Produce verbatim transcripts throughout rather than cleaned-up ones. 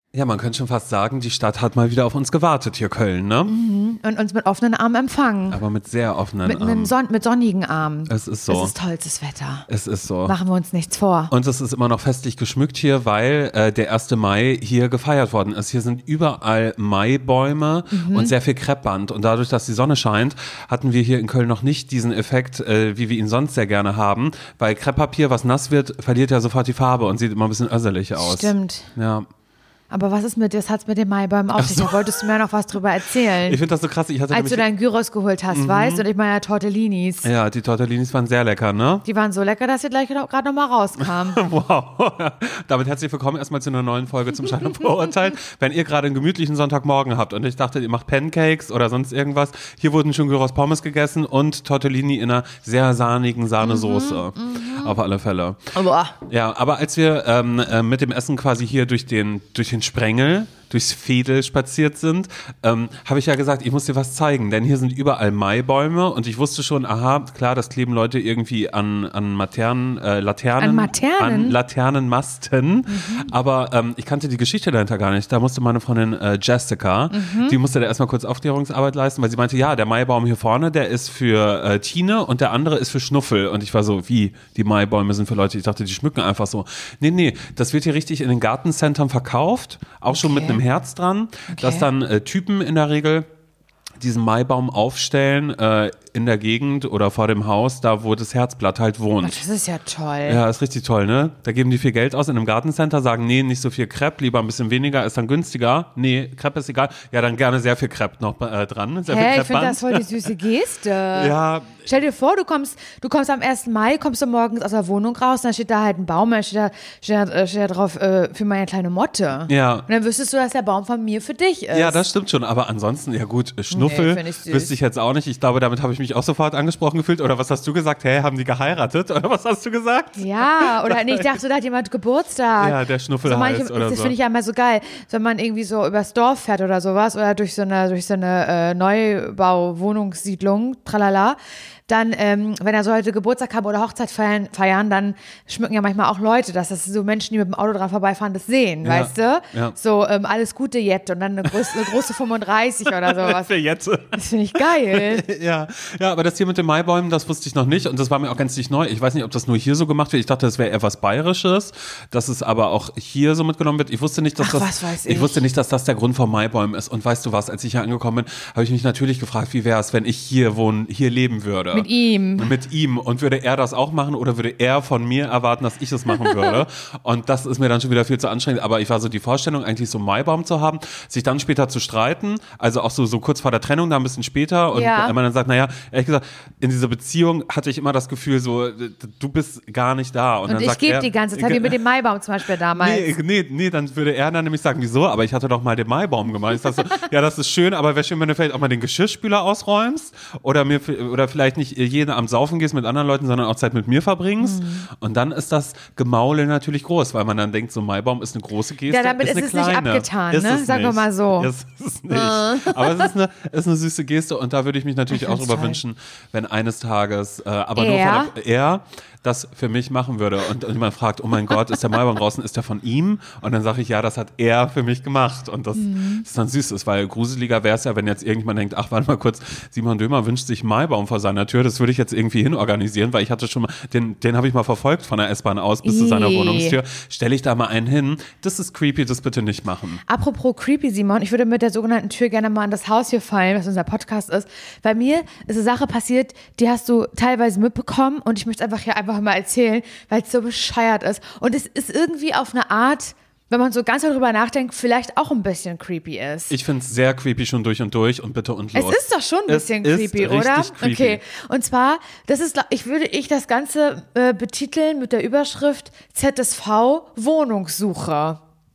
Ja, man könnte schon fast sagen, die Stadt hat mal wieder auf uns gewartet, hier Köln, ne? Mhm. Und uns mit offenen Armen empfangen. Aber mit sehr offenen mit, Armen. Mit, Son- mit sonnigen Armen. Es ist so. Es ist tollstes Wetter. Es ist so. Machen wir uns nichts vor. Und es ist immer noch festlich geschmückt hier, weil äh, der erste Mai hier gefeiert worden ist. Hier sind überall Maibäume mhm. und sehr viel Kreppband. Und dadurch, dass die Sonne scheint, hatten wir hier in Köln noch nicht diesen Effekt, äh, wie wir ihn sonst sehr gerne haben. Weil Krepppapier, was nass wird, verliert ja sofort die Farbe und sieht immer ein bisschen össelig aus. Stimmt. Ja. Aber was ist mit, das hat's mit den Maibäumen auf sich? So. Da wolltest du mir noch was drüber erzählen. Ich finde das so krass. Ich hatte Als du deinen Gyros geholt hast, mhm. weißt du, und ich meine ja Tortellinis. Ja, die Tortellinis waren sehr lecker, ne? Die waren so lecker, dass sie gleich gerade noch mal rauskamen. Wow. Damit herzlich willkommen erstmal zu einer neuen Folge zum Schein und Vorurteil. Wenn ihr gerade einen gemütlichen Sonntagmorgen habt und ich dachte, ihr macht Pancakes oder sonst irgendwas, hier wurden schon Gyros Pommes gegessen und Tortellini in einer sehr sahnigen Sahnesoße. Mhm, mhm. Auf alle Fälle. Boah. Ja, aber als wir ähm, äh, mit dem Essen quasi hier durch den, durch den Sprengel, durchs Veedel spaziert sind, ähm, habe ich ja gesagt, ich muss dir was zeigen, denn hier sind überall Maibäume und ich wusste schon, aha, klar, das kleben Leute irgendwie an, an Maternen, äh, Laternen, an Maternen? An Laternenmasten, mhm. aber ähm, ich kannte die Geschichte dahinter gar nicht. Da musste meine Freundin äh, Jessica, mhm. die musste da erstmal kurz Aufklärungsarbeit leisten, weil sie meinte, ja, der Maibaum hier vorne, der ist für äh, Tine und der andere ist für Schnuffel und ich war so, wie, die Maibäume sind für Leute, ich dachte, die schmücken einfach so. Nee, nee, das wird hier richtig in den Gartencentern verkauft, auch schon okay. mit einem Herz dran, okay. dass dann äh, Typen in der Regel diesen Maibaum aufstellen äh, in der Gegend oder vor dem Haus, da wo das Herzblatt halt wohnt. Oh, das ist ja toll. Ja, ist richtig toll, ne? Da geben die viel Geld aus in einem Gartencenter, sagen, nee, nicht so viel Crepe, lieber ein bisschen weniger, ist dann günstiger. Nee, Crepe ist egal. Ja, dann gerne sehr viel Crepe noch äh, dran. Sehr Hä, viel ich finde das voll die süße Geste. Ja. Stell dir vor, du kommst, du kommst am ersten Mai, kommst du morgens aus der Wohnung raus, dann steht da halt ein Baum, dann steht da, steht da, steht da drauf äh, für meine kleine Motte. Ja. Und dann wüsstest du, dass der Baum von mir für dich ist. Ja, das stimmt schon, aber ansonsten, ja gut, Schnuffel nee, ich wüsste ich jetzt auch nicht. Ich glaube, damit habe ich mich auch sofort angesprochen gefühlt. Oder was hast du gesagt? Hä, haben die geheiratet? Oder was hast du gesagt? Ja, oder nee, ich dachte, da hat jemand Geburtstag. Ja, der Schnuffelhals so manche, oder das so. Das finde ich ja immer so geil, wenn man irgendwie so übers Dorf fährt oder sowas oder durch so eine, durch so eine äh, Neubau-Wohnungssiedlung, tralala. Dann, ähm, wenn er so heute Geburtstag haben oder Hochzeit feiern, feiern, dann schmücken ja manchmal auch Leute, dass das so Menschen, die mit dem Auto dran vorbeifahren, das sehen, ja, weißt du? Ja. So, ähm, alles Gute Jette und dann eine große, eine große fünfunddreißig oder sowas. Für Jette. Das finde ich geil. ja. ja, aber das hier mit den Maibäumen, das wusste ich noch nicht und das war mir auch ganz nicht neu. Ich weiß nicht, ob das nur hier so gemacht wird. Ich dachte, das wäre eher was Bayerisches, dass es aber auch hier so mitgenommen wird. Ich wusste nicht, dass Ach, das, was weiß ich. ich wusste nicht, dass das der Grund von Maibäumen ist. Und weißt du was, als ich hier angekommen bin, habe ich mich natürlich gefragt, wie wäre es, wenn ich hier wohnen, hier leben würde. Mit ihm. Mit ihm und würde er das auch machen oder würde er von mir erwarten, dass ich es machen würde und das ist mir dann schon wieder viel zu anstrengend, aber ich war so die Vorstellung, eigentlich so einen Maibaum zu haben, sich dann später zu streiten, also auch so, so kurz vor der Trennung, da ein bisschen später und ja. man dann sagt, naja, ehrlich gesagt, in dieser Beziehung hatte ich immer das Gefühl so, du bist gar nicht da und, und dann ich sagt gebe er, die ganze Zeit, wie mit dem Maibaum zum Beispiel damals. Nee, nee, nee, dann würde er dann nämlich sagen, wieso, aber ich hatte doch mal den Maibaum gemalt. Ich sag so, ja, das ist schön, aber wäre schön, wenn du vielleicht auch mal den Geschirrspüler ausräumst oder mir oder vielleicht nicht jeden am Saufen gehst mit anderen Leuten, sondern auch Zeit mit mir verbringst. Mhm. Und dann ist das Gemaule natürlich groß, weil man dann denkt, so ein Maibaum ist eine große Geste. Ja, damit ist, ist es nicht abgetan, ist ne? Sagen wir mal so. Ist es nicht. Aber es ist eine, ist eine süße Geste und da würde ich mich natürlich ich auch drüber toll. wünschen, wenn eines Tages, äh, aber er? nur von der, er das für mich machen würde und, und jemand fragt, oh mein Gott, ist der Maibaum draußen, ist der von ihm? Und dann sage ich, ja, das hat er für mich gemacht und das mhm. ist dann süß ist, weil gruseliger wäre es ja, wenn jetzt irgendjemand denkt, ach, warte mal kurz, Simon Dömer wünscht sich Maibaum vor seiner Tür, das würde ich jetzt irgendwie hinorganisieren, weil ich hatte schon mal, den, den habe ich mal verfolgt von der S-Bahn aus bis Ii. zu seiner Wohnungstür, stelle ich da mal einen hin, das ist creepy, das bitte nicht machen. Apropos creepy, Simon, ich würde mit der sogenannten Tür gerne mal an das Haus hier fallen, was unser Podcast ist. Bei mir ist eine Sache passiert, die hast du teilweise mitbekommen und ich möchte einfach hier einfach mal erzählen, weil es so bescheuert ist. Und es ist irgendwie auf eine Art, wenn man so ganz darüber nachdenkt, vielleicht auch ein bisschen creepy ist. Ich finde es sehr creepy schon durch und durch und bitte und los. Es ist doch schon ein bisschen es creepy, ist oder? Creepy. Okay. Und zwar, das ist, ich würde ich das Ganze äh, betiteln mit der Überschrift Z S V Wohnungssuche.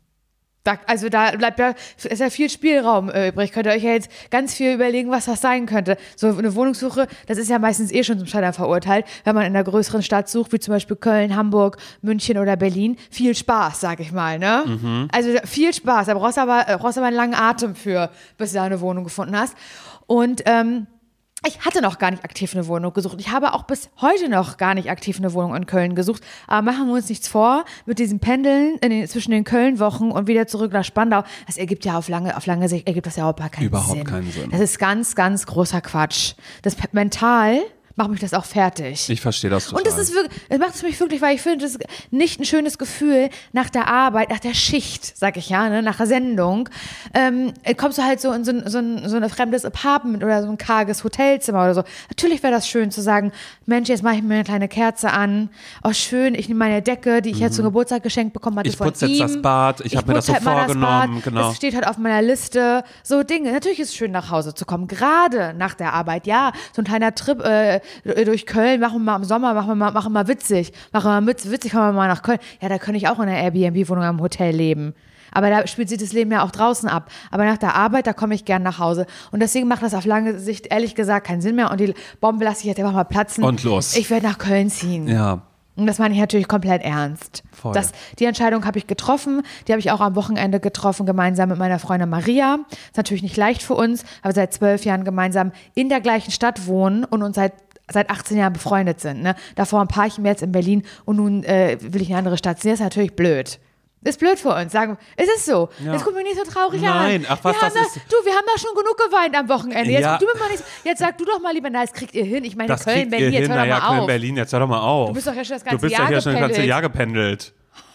Da, also da bleibt ja, ist ja viel Spielraum äh, übrig. Könnt ihr euch ja jetzt ganz viel überlegen, was das sein könnte. So eine Wohnungssuche, das ist ja meistens eh schon zum Scheitern verurteilt, wenn man in einer größeren Stadt sucht, wie zum Beispiel Köln, Hamburg, München oder Berlin. Viel Spaß, sag ich mal, ne? Mhm. Also viel Spaß. Da brauchst du aber, brauchst aber einen langen Atem für, bis du da eine Wohnung gefunden hast. Und ähm, Ich hatte noch gar nicht aktiv eine Wohnung gesucht. Ich habe auch bis heute noch gar nicht aktiv eine Wohnung in Köln gesucht. Aber machen wir uns nichts vor, mit diesem Pendeln in den, zwischen den Köln-Wochen und wieder zurück nach Spandau, das ergibt ja auf lange, auf lange Sicht, ergibt das ja überhaupt keinen Überhaupt Sinn. keinen Sinn. Das ist ganz, ganz großer Quatsch. Das mental macht mich das auch fertig. Ich verstehe das total. Und das ist wirklich, das macht es mich wirklich, weil ich finde, das ist nicht ein schönes Gefühl nach der Arbeit, nach der Schicht, sag ich ja, ne, nach der Sendung, ähm, kommst du halt so in so ein, so ein, so ein fremdes Apartment oder so ein karges Hotelzimmer oder so. Natürlich wäre das schön zu sagen, Mensch, jetzt mache ich mir eine kleine Kerze an. Oh, schön, ich nehme meine Decke, die ich mhm. jetzt zum Geburtstag geschenkt bekommen hatte ich von ihm. Ich putze jetzt das Bad, ich, ich habe mir das so halt vorgenommen. Das, genau. Das steht halt auf meiner Liste. So Dinge. Natürlich ist es schön, nach Hause zu kommen, gerade nach der Arbeit. Ja, so ein kleiner Trip, äh, durch Köln, machen wir mal im Sommer, machen wir mal, machen wir mal witzig, machen wir mal witzig, kommen wir mal nach Köln. Ja, da könnte ich auch in einer Airbnb-Wohnung am Hotel leben. Aber da spielt sich das Leben ja auch draußen ab. Aber nach der Arbeit, da komme ich gern nach Hause. Und deswegen macht das auf lange Sicht ehrlich gesagt keinen Sinn mehr. Und die Bombe lasse ich jetzt einfach mal platzen. Und los. Ich werde nach Köln ziehen. Ja. Und das meine ich natürlich komplett ernst. Voll. Das, die Entscheidung habe ich getroffen. Die habe ich auch am Wochenende getroffen, gemeinsam mit meiner Freundin Maria. Ist natürlich nicht leicht für uns, aber seit zwölf Jahren gemeinsam in der gleichen Stadt wohnen und uns seit seit achtzehn Jahren befreundet sind. Ne? Davor ein paar Jahre jetzt in Berlin und nun äh, will ich in eine andere Stadt ziehen. Das ist natürlich blöd. Ist blöd für uns. Sagen, ist es so? Ja. Jetzt guck mich nicht so traurig Nein, an. Nein, ach was, wir das haben ist... Da, du, wir haben da schon genug geweint am Wochenende. Jetzt, ja. du mir mal nicht, jetzt sag du doch mal lieber, na, das kriegt ihr hin. Ich meine, das Köln, Berlin, jetzt hör doch naja, mal auf. Köln, Berlin, jetzt hör doch mal auf. Du bist doch ja schon das ganze du bist Jahr ja schon das ganze gependelt. Jahr gependelt.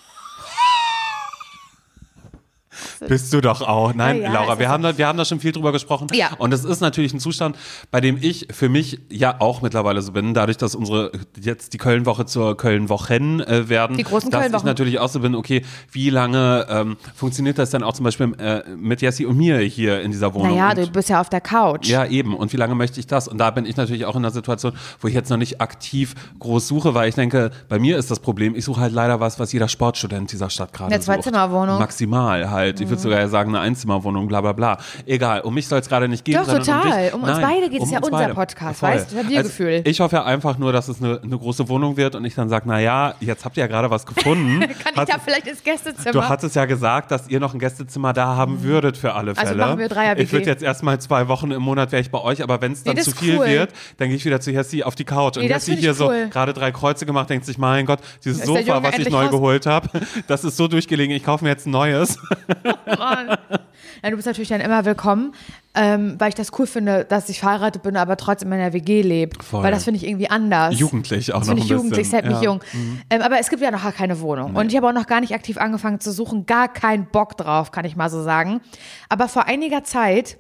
Bist du doch auch. Nein, ja, ja, Laura, wir so. haben, da, wir haben da schon viel drüber gesprochen. Ja. Und es ist natürlich ein Zustand, bei dem ich für mich ja auch mittlerweile so bin, dadurch, dass unsere jetzt die Köln-Woche zur Köln-Wochen äh, werden. Die großen dass Köln-Wochen. ich natürlich auch so bin, okay, wie lange ähm, funktioniert das dann auch zum Beispiel äh, mit Jessie und mir hier in dieser Wohnung? Naja, und, du bist ja auf der Couch. Ja, eben. Und wie lange möchte ich das? Und da bin ich natürlich auch in einer Situation, wo ich jetzt noch nicht aktiv groß suche, weil ich denke, bei mir ist das Problem, ich suche halt leider was, was jeder Sportstudent dieser Stadt gerade sucht. Eine Zweizimmerwohnung. Maximal halt. Mhm. Ich würde sogar sagen, eine Einzimmerwohnung, bla bla bla. Egal, um mich soll es gerade nicht gehen. Doch, total. Um, dich. um uns Nein, beide geht es um ja unser beide. Podcast, Voll. weißt du? Das ist ja Gefühl. Also, ich hoffe einfach nur, dass es eine, eine große Wohnung wird und ich dann sage, naja, jetzt habt ihr ja gerade was gefunden. Kann ich Hat, da vielleicht ins Gästezimmer? Du hattest ja gesagt, dass ihr noch ein Gästezimmer da haben würdet für alle Fälle. Also machen wir Dreier-W G. Ich würde jetzt erstmal zwei Wochen im Monat wäre ich bei euch, aber wenn es dann nee, zu viel cool. wird, dann gehe ich wieder zu Jessie auf die Couch. Und nee, Jessie hier cool. so gerade drei Kreuze gemacht, denkt sich, mein Gott, dieses Sofa, Sofa, was ich neu raus. geholt habe, das ist so durchgelegen, ich kaufe mir jetzt ein neues. Oh Mann. Ja, du bist natürlich dann immer willkommen, ähm, weil ich das cool finde, dass ich verheiratet bin, aber trotzdem in einer W G lebe. Weil das finde ich irgendwie anders. Jugendlich auch das noch ein bisschen. Das finde ich jugendlich, halt ja. nicht jung. Mhm. Ähm, aber es gibt ja noch gar keine Wohnung. Nee. Und ich habe auch noch gar nicht aktiv angefangen zu suchen. Gar keinen Bock drauf, kann ich mal so sagen. Aber vor einiger Zeit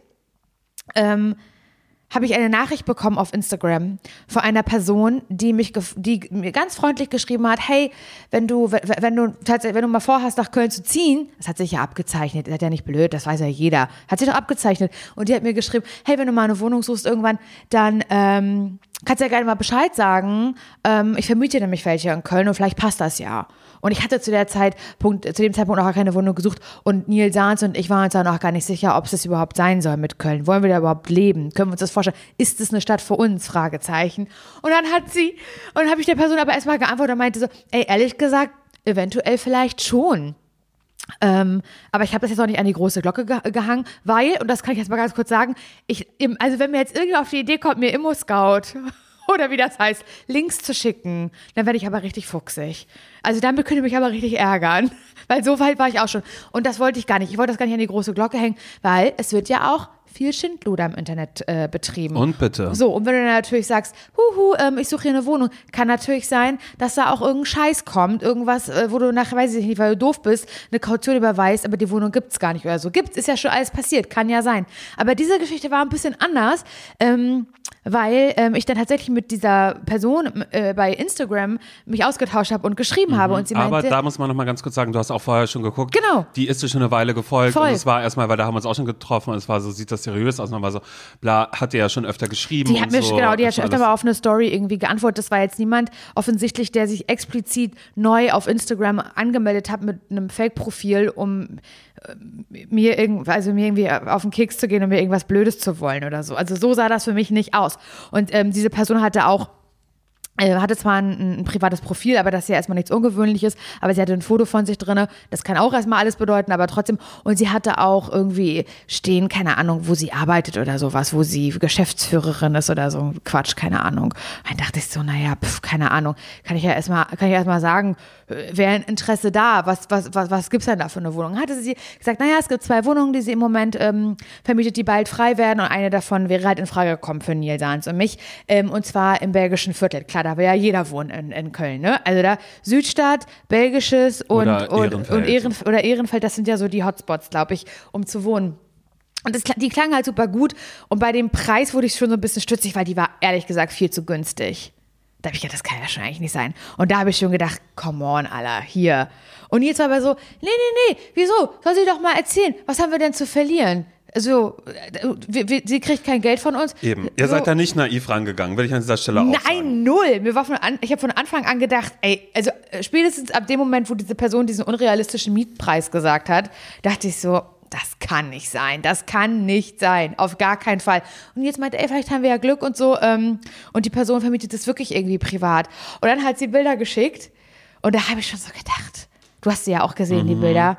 ähm, habe ich eine Nachricht bekommen auf Instagram von einer Person, die mich, die mir ganz freundlich geschrieben hat, hey, wenn du, wenn du tatsächlich, wenn du mal vorhast, nach Köln zu ziehen, das hat sich ja abgezeichnet, das ist ja nicht blöd, das weiß ja jeder, hat sich doch abgezeichnet. Und die hat mir geschrieben, hey, wenn du mal eine Wohnung suchst irgendwann, dann ähm, kannst du ja gerne mal Bescheid sagen. Ähm, ich vermiete dir nämlich welche in Köln und vielleicht passt das ja. Und ich hatte zu der Zeit, Punkt, zu dem Zeitpunkt auch gar keine Wohnung gesucht und Nils Sahns und ich waren uns dann auch gar nicht sicher, ob es das überhaupt sein soll mit Köln. Wollen wir da überhaupt leben? Können wir uns das vorstellen? Ist es eine Stadt für uns? Fragezeichen. Und dann hat sie, und dann habe ich der Person aber erstmal geantwortet und meinte so, ey, ehrlich gesagt, eventuell vielleicht schon. Ähm, aber ich habe das jetzt auch nicht an die große Glocke ge- gehangen, weil, und das kann ich jetzt mal ganz kurz sagen, ich, im, also wenn mir jetzt irgendwie auf die Idee kommt, mir Immo-Scout oder wie das heißt, Links zu schicken, dann werde ich aber richtig fuchsig. Also damit könnte mich aber richtig ärgern, weil so weit war ich auch schon. Und das wollte ich gar nicht. Ich wollte das gar nicht an die große Glocke hängen, weil es wird ja auch viel Schindluder im Internet äh, betrieben. Und bitte. So, und wenn du dann natürlich sagst, huhu, ähm, ich suche hier eine Wohnung, kann natürlich sein, dass da auch irgendein Scheiß kommt, irgendwas, äh, wo du nachher, weiß ich nicht, weil du doof bist, eine Kaution überweist, aber die Wohnung gibt's gar nicht oder so. Gibt's, ist ja schon alles passiert, kann ja sein. Aber diese Geschichte war ein bisschen anders, ähm, weil ähm, ich dann tatsächlich mit dieser Person äh, bei Instagram mich ausgetauscht habe und geschrieben mhm. habe und sie meinte, aber da muss man noch mal ganz kurz sagen, du hast auch vorher schon geguckt. Genau. Die ist dir schon eine Weile gefolgt. Voll. Und es war erstmal, weil da haben wir uns auch schon getroffen und es war so, sieht das seriös aus. Und dann war so, bla, hat die ja schon öfter geschrieben. Die hat und mir, so. genau, die hat schon öfter mal auf eine Story irgendwie geantwortet. Das war jetzt niemand offensichtlich, der sich explizit neu auf Instagram angemeldet hat mit einem Fake-Profil, um äh, mir, irgend, also mir irgendwie auf den Keks zu gehen und mir irgendwas Blödes zu wollen oder so. Also so sah das für mich nicht aus. Und ähm, diese Person hatte auch hatte zwar ein, ein privates Profil, aber das ist ja erstmal nichts Ungewöhnliches, aber sie hatte ein Foto von sich drin, das kann auch erstmal alles bedeuten, aber trotzdem, und sie hatte auch irgendwie stehen, keine Ahnung, wo sie arbeitet oder sowas, wo sie Geschäftsführerin ist oder so, Quatsch, keine Ahnung. Dann dachte ich so, naja, pf, keine Ahnung, kann ich ja erstmal, kann ich erstmal sagen, wäre ein Interesse da, was, was, was, was gibt's denn da für eine Wohnung? Hatte sie gesagt, naja, es gibt zwei Wohnungen, die sie im Moment ähm, vermietet, die bald frei werden und eine davon wäre halt in Frage gekommen für Nils Sahns und mich, ähm, und zwar im belgischen Viertel, klar, da will ja jeder wohnen in, in Köln, ne? Also da Südstadt, Belgisches und, oder und, Ehrenfeld. und Ehrenf- oder Ehrenfeld, das sind ja so die Hotspots, glaube ich, um zu wohnen. Und das, die klangen halt super gut und bei dem Preis wurde ich schon so ein bisschen stutzig, weil die war ehrlich gesagt viel zu günstig. Da habe ich gedacht, das kann ja schon eigentlich nicht sein. Und da habe ich schon gedacht, come on, Alter, hier. Und jetzt war aber so, nee, nee, nee, wieso? Soll sie doch mal erzählen, was haben wir denn zu verlieren? Also, wir, wir, sie kriegt kein Geld von uns. Eben. Ihr so. seid da nicht naiv rangegangen, will ich an dieser Stelle auch Nein, sagen. null. Mir war von an, ich habe von Anfang an gedacht, ey, also spätestens ab dem Moment, wo diese Person diesen unrealistischen Mietpreis gesagt hat, dachte ich so, das kann nicht sein, das kann nicht sein, auf gar keinen Fall. Und jetzt meinte, ey, vielleicht haben wir ja Glück und so, ähm, und die Person vermietet das wirklich irgendwie privat. Und dann hat sie Bilder geschickt und da habe ich schon so gedacht, du hast sie ja auch gesehen, mhm. die Bilder,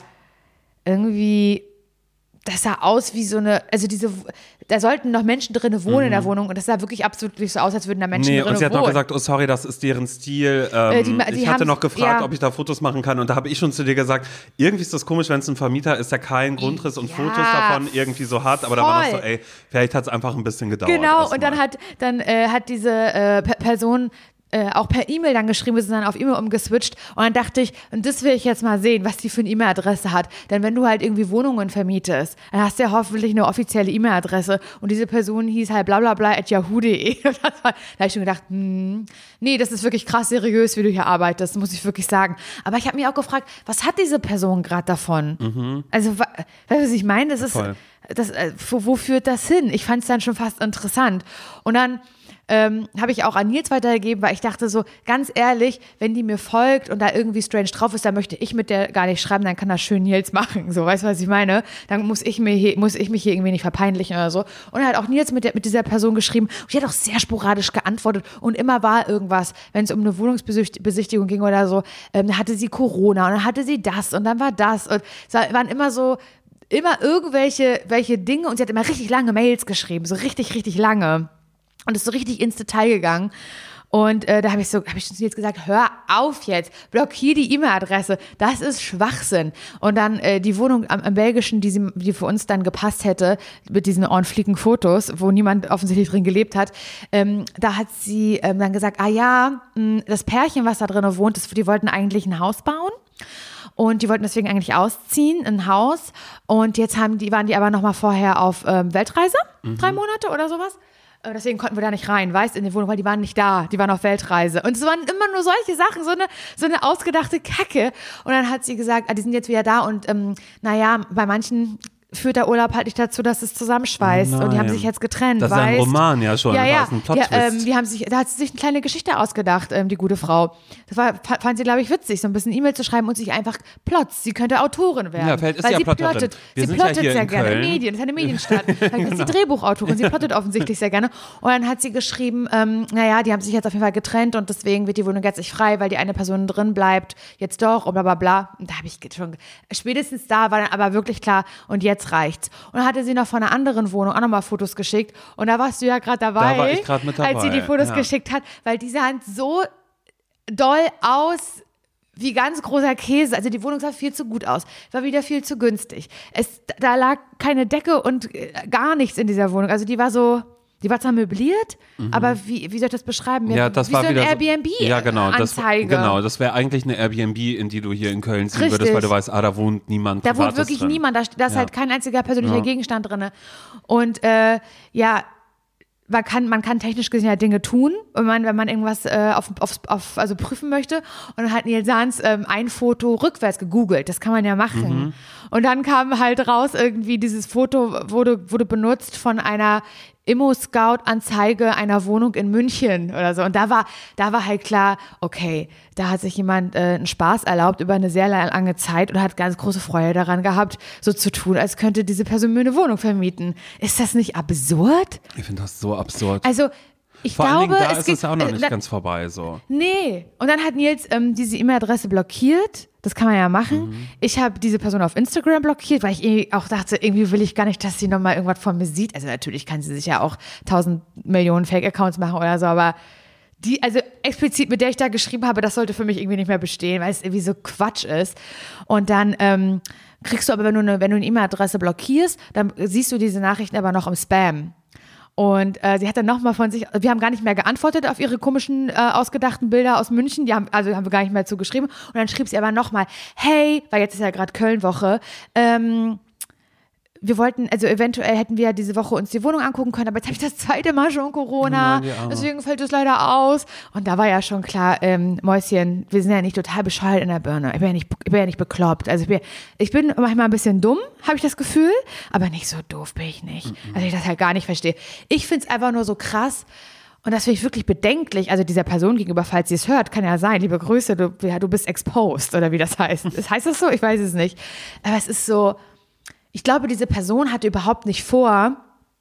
irgendwie, das sah aus wie so eine, also diese, da sollten noch Menschen drinnen wohnen mhm. in der Wohnung und das sah wirklich absolut nicht so aus, als würden da Menschen nee, drinnen wohnen. Und sie hat wohnen. noch gesagt, oh sorry, das ist deren Stil. Ähm, äh, die, die ich hatte noch gefragt, ja. ob ich da Fotos machen kann und da habe ich schon zu dir gesagt, irgendwie ist das komisch, wenn es ein Vermieter ist, der keinen Grundriss und ja, Fotos davon irgendwie so hat, aber voll. Da war noch so, ey, vielleicht hat es einfach ein bisschen gedauert. Genau, und dann hat, dann, äh, hat diese äh, Person Äh, auch per E-Mail dann geschrieben, wir sind dann auf E-Mail umgeswitcht und dann dachte ich, und das will ich jetzt mal sehen, was die für eine E-Mail-Adresse hat, denn wenn du halt irgendwie Wohnungen vermietest, dann hast du ja hoffentlich eine offizielle E-Mail-Adresse und diese Person hieß halt blablabla at yahoo punkt de. Da habe ich schon gedacht, hm, nee, das ist wirklich krass seriös, wie du hier arbeitest, muss ich wirklich sagen. Aber ich habe mich auch gefragt, was hat diese Person gerade davon? Mhm. Also, weißt du, was ich meine? Das ist, das, wo, wo führt das hin? Ich fand es dann schon fast interessant. Und dann Ähm, habe ich auch an Nils weitergegeben, weil ich dachte so, ganz ehrlich, wenn die mir folgt und da irgendwie strange drauf ist, dann möchte ich mit der gar nicht schreiben, dann kann das schön Nils machen, so, weißt du, was ich meine? Dann muss ich, mir hier, muss ich mich hier irgendwie nicht verpeinlichen oder so. Und er hat auch Nils mit, der, mit dieser Person geschrieben und die hat auch sehr sporadisch geantwortet und immer war irgendwas, wenn es um eine Wohnungsbesichtigung ging oder so, ähm, dann hatte sie Corona und dann hatte sie das und dann war das und es waren immer so, immer irgendwelche welche Dinge und sie hat immer richtig lange Mails geschrieben, so richtig, richtig lange. Und ist so richtig ins Detail gegangen. Und äh, da habe ich so, habe ich jetzt gesagt, hör auf jetzt, blockier die E-Mail-Adresse, das ist Schwachsinn. Und dann äh, die Wohnung am, am Belgischen, die, sie, die für uns dann gepasst hätte, mit diesen ornfliegen Fotos, wo niemand offensichtlich drin gelebt hat, ähm, da hat sie ähm, dann gesagt, ah ja, mh, das Pärchen, was da drin wohnt, das, die wollten eigentlich ein Haus bauen. Und die wollten deswegen eigentlich ausziehen, ein Haus. Und jetzt haben die, waren die aber noch mal vorher auf ähm, Weltreise, mhm. drei Monate oder sowas. Deswegen konnten wir da nicht rein, weißt, in die Wohnung, weil die waren nicht da, die waren auf Weltreise. Und es waren immer nur solche Sachen, so eine, so eine ausgedachte Kacke. Und dann hat sie gesagt, ah, die sind jetzt wieder da und ähm, naja, bei manchen führt der Urlaub halt nicht dazu, dass es zusammenschweißt. Nein. Und die haben sich jetzt getrennt, das weißt. Das ist ein Roman, ja schon. Ja, ja. Das ist ein Plot-Twist. Ja, ähm, die haben sich, da hat sie sich eine kleine Geschichte ausgedacht, ähm, die gute Frau. Das war, fand sie, glaube ich, witzig, so ein bisschen E-Mail zu schreiben und sich einfach Plots. Sie könnte Autorin werden. Ja, vielleicht ist weil sie ja sie Plotterin. plottet. Wir sie sind plottet ja hier sehr in gerne. Köln. Medien, das ist eine Medienstadt. Dann ist sie Drehbuchautorin. Sie plottet offensichtlich sehr gerne. Und dann hat sie geschrieben, ähm, naja, die haben sich jetzt auf jeden Fall getrennt und deswegen wird die Wohnung jetzt nicht frei, weil die eine Person drin bleibt. Jetzt doch und bla bla bla. Und da habe ich schon, spätestens da war dann aber wirklich klar und jetzt reicht's. Und dann hatte sie noch von einer anderen Wohnung auch nochmal Fotos geschickt. Und da warst du ja gerade dabei, da war ich grad mit dabei, als sie die Fotos ja. geschickt hat, weil die sahen so doll aus wie ganz großer Käse. Also die Wohnung sah viel zu gut aus, war wieder viel zu günstig. Es, da lag keine Decke und gar nichts in dieser Wohnung. Also die war so, die war zwar möbliert, mhm. aber wie, wie soll ich das beschreiben? Ja, das wie war so eine wieder Airbnb-Anzeige. Ja, genau. Das, genau, das wäre eigentlich eine Airbnb, in die du hier in Köln ziehen Richtig. würdest, weil du weißt, ah, da wohnt niemand. Da wohnt wirklich drin. niemand, da, da ist ja. halt kein einziger persönlicher ja. Gegenstand drin. Und äh, ja, man kann, man kann technisch gesehen ja Dinge tun, wenn man, wenn man irgendwas äh, auf, auf, auf, also prüfen möchte. Und dann hat Nils Sahns ähm, ein Foto rückwärts gegoogelt. Das kann man ja machen. Mhm. Und dann kam halt raus, irgendwie dieses Foto wurde, wurde benutzt von einer Immo-Scout-Anzeige einer Wohnung in München oder so. Und da war, da war halt klar, okay, da hat sich jemand äh, einen Spaß erlaubt über eine sehr lange Zeit und hat ganz große Freude daran gehabt, so zu tun, als könnte diese Person mir eine Wohnung vermieten. Ist das nicht absurd? Ich finde das so absurd. Also, Ich Vor glaube, allen Dingen, da es ist geht, es ja auch noch nicht äh, ganz vorbei so. Nee. Und dann hat Nils ähm, diese E-Mail-Adresse blockiert. Das kann man ja machen. Mhm. Ich habe diese Person auf Instagram blockiert, weil ich irgendwie auch dachte, irgendwie will ich gar nicht, dass sie nochmal irgendwas von mir sieht. Also natürlich kann sie sich ja auch tausend Millionen Fake-Accounts machen oder so, aber die, also explizit mit der ich da geschrieben habe, das sollte für mich irgendwie nicht mehr bestehen, weil es irgendwie so Quatsch ist. Und dann ähm, kriegst du aber, wenn du eine, wenn du eine E-Mail-Adresse blockierst, dann siehst du diese Nachrichten aber noch im Spam. Und äh, sie hat dann nochmal von sich, wir haben gar nicht mehr geantwortet auf ihre komischen, äh, ausgedachten Bilder aus München, die haben, also haben wir gar nicht mehr zugeschrieben. Und dann schrieb sie aber nochmal, hey, weil jetzt ist ja gerade Köln-Woche, ähm, wir wollten, also eventuell hätten wir diese Woche uns die Wohnung angucken können, aber jetzt habe ich das zweite Mal schon Corona, Nein, deswegen fällt es leider aus. Und da war ja schon klar, ähm, Mäuschen, wir sind ja nicht total bescheuert in der Birne. Ich bin ja nicht, ich bin ja nicht bekloppt. Also ich bin, ich bin manchmal ein bisschen dumm, habe ich das Gefühl, aber nicht so doof bin ich nicht. Mhm. Also ich das halt gar nicht verstehe. Ich finde es einfach nur so krass, und das finde ich wirklich bedenklich, also dieser Person gegenüber, falls sie es hört, kann ja sein, liebe Grüße, du, ja, du bist exposed, oder wie das heißt. Das heißt das so? Ich weiß es nicht. Aber es ist so, ich glaube, diese Person hatte überhaupt nicht vor,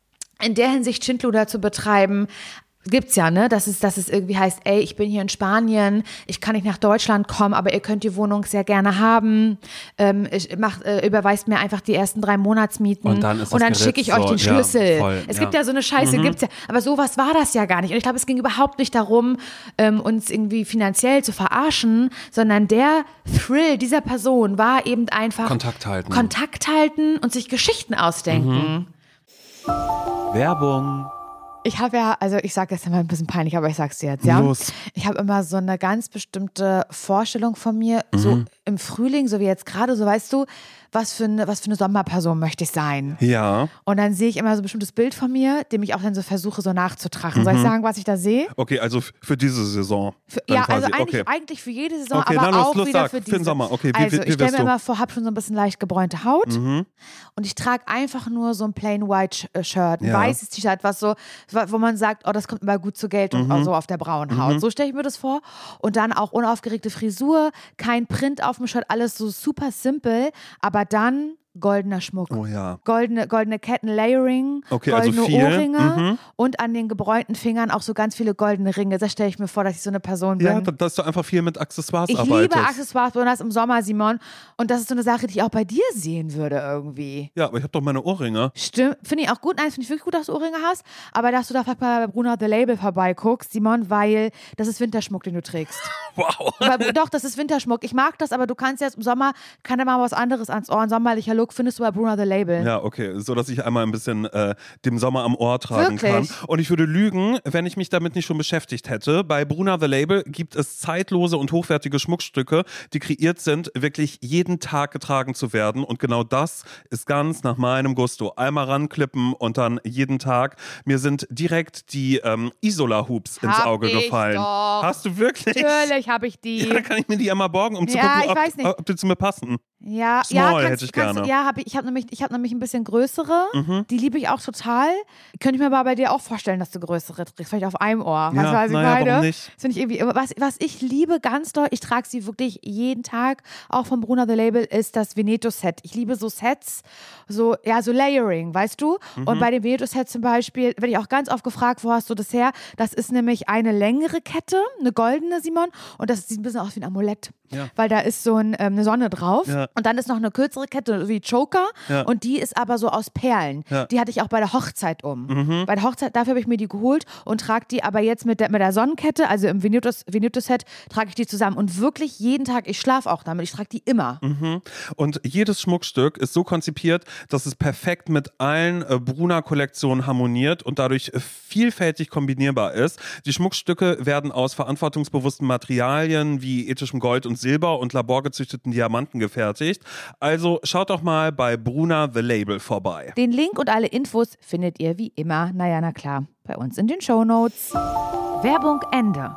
in der Hinsicht Schindluder zu betreiben. Gibt's ja, ne, dass es, dass es irgendwie heißt, ey, ich bin hier in Spanien, ich kann nicht nach Deutschland kommen, aber ihr könnt die Wohnung sehr gerne haben. Ähm, ich mach, äh, überweist mir einfach die ersten drei Monatsmieten und dann, ist und dann schicke ich so, euch den Schlüssel. Ja, voll, es ja. gibt ja so eine Scheiße, mhm. gibt's ja, aber sowas war das ja gar nicht. Und ich glaube, es ging überhaupt nicht darum, ähm, uns irgendwie finanziell zu verarschen, sondern der Thrill dieser Person war eben einfach Kontakt halten, Kontakt halten und sich Geschichten ausdenken. Mhm. Werbung. Ich habe ja, also ich sage jetzt immer ein bisschen peinlich, aber ich sag's dir jetzt, ja. Los. Ich habe immer so eine ganz bestimmte Vorstellung von mir, mhm. so im Frühling, so wie jetzt gerade, so weißt du, was für eine, was für eine Sommerperson möchte ich sein. Ja. Und dann sehe ich immer so ein bestimmtes Bild von mir, dem ich auch dann so versuche, so nachzutragen. Mhm. Soll ich sagen, was ich da sehe? Okay, also für diese Saison. Für, ja, quasi. also eigentlich, okay. eigentlich für jede Saison, okay, aber los, auch los, wieder sag, für diese. Für den Sommer, okay. Wie, also wie, wie ich stelle mir du? immer vor, habe schon so ein bisschen leicht gebräunte Haut mhm. und ich trage einfach nur so ein plain white Shirt, ein ja. weißes T-Shirt, was so, wo man sagt, oh, das kommt immer gut zur Geltung, mhm. so auf der braunen Haut. Mhm. So stelle ich mir das vor. Und dann auch unaufgeregte Frisur, kein Print auf dem Shirt, alles so super simpel, aber dann goldener Schmuck, oh ja. goldene, goldene Ketten, Layering, okay, goldene also viel. Ohrringe mhm. und an den gebräunten Fingern auch so ganz viele goldene Ringe. Das stelle ich mir vor, dass ich so eine Person bin. Ja, dass du einfach viel mit Accessoires ich arbeitest. Ich liebe Accessoires, besonders im Sommer, Simon. Und das ist so eine Sache, die ich auch bei dir sehen würde irgendwie. Ja, aber ich habe doch meine Ohrringe. Stimmt, finde ich auch gut. Nein, finde ich wirklich gut, dass du Ohrringe hast. Aber dass du da vielleicht mal bei Bruna The Label vorbeiguckst, Simon, weil das ist Winterschmuck, den du trägst. Wow. Aber, doch, das ist Winterschmuck. Ich mag das, aber du kannst jetzt im Sommer, kann da mal was anderes ans Ohr. Ein sommerlicher Look findest du bei Bruna The Label. Ja, okay, so dass ich einmal ein bisschen äh, dem Sommer am Ohr tragen Wirklich? kann. Und ich würde lügen, wenn ich mich damit nicht schon beschäftigt hätte. Bei Bruna The Label gibt es zeitlose und hochwertige Schmuckstücke, die kreiert sind, wirklich jeden Tag getragen zu werden. Und genau das ist ganz nach meinem Gusto. Einmal ranklippen und dann jeden Tag. Mir sind direkt die ähm, Isola-Hoops ins Hab Auge ich gefallen. Doch. Hast du wirklich? Natürlich habe ich die. Ja, dann kann ich mir die einmal borgen, um zu Ja, gucken, ich ob, weiß nicht. ob die zu mir passen. Ja, Small ja, kannst, hätte ich kannst, gerne. Ja, hab ich, ich habe nämlich, ich hab nämlich ein bisschen größere. Mhm. Die liebe ich auch total. Könnte ich mir aber bei dir auch vorstellen, dass du größere trägst. Vielleicht auf einem Ohr. Ja, weißt du, was ich naja, meine? warum nicht? Das finde ich irgendwie, was, was ich liebe ganz doll, ich trage sie wirklich jeden Tag, auch vom Bruna The Label, ist das Veneto-Set. Ich liebe so Sets, so, ja, so Layering, weißt du? Mhm. Und bei dem Veneto-Set zum Beispiel, werde ich auch ganz oft gefragt, wo hast du das her? Das ist nämlich eine längere Kette, eine goldene, Simon, und das sieht ein bisschen aus wie ein Amulett. Ja. Weil da ist so ein, ähm, eine Sonne drauf. Ja. Und dann ist noch eine kürzere Kette wie Choker. Ja. Und die ist aber so aus Perlen. Ja. Die hatte ich auch bei der Hochzeit um. Mhm. Bei der Hochzeit, dafür habe ich mir die geholt und trage die aber jetzt mit der, mit der Sonnenkette, also im Veneto-Set, trage ich die zusammen. Und wirklich jeden Tag, ich schlafe auch damit, ich trage die immer. Mhm. Und jedes Schmuckstück ist so konzipiert, dass es perfekt mit allen äh, Bruna-Kollektionen harmoniert und dadurch vielfältig kombinierbar ist. Die Schmuckstücke werden aus verantwortungsbewussten Materialien wie ethischem Gold und Silber und laborgezüchteten Diamanten gefertigt. Also schaut doch mal bei Bruna The Label vorbei. Den Link und alle Infos findet ihr wie immer, naja, na klar, bei uns in den Shownotes. Werbung Ende.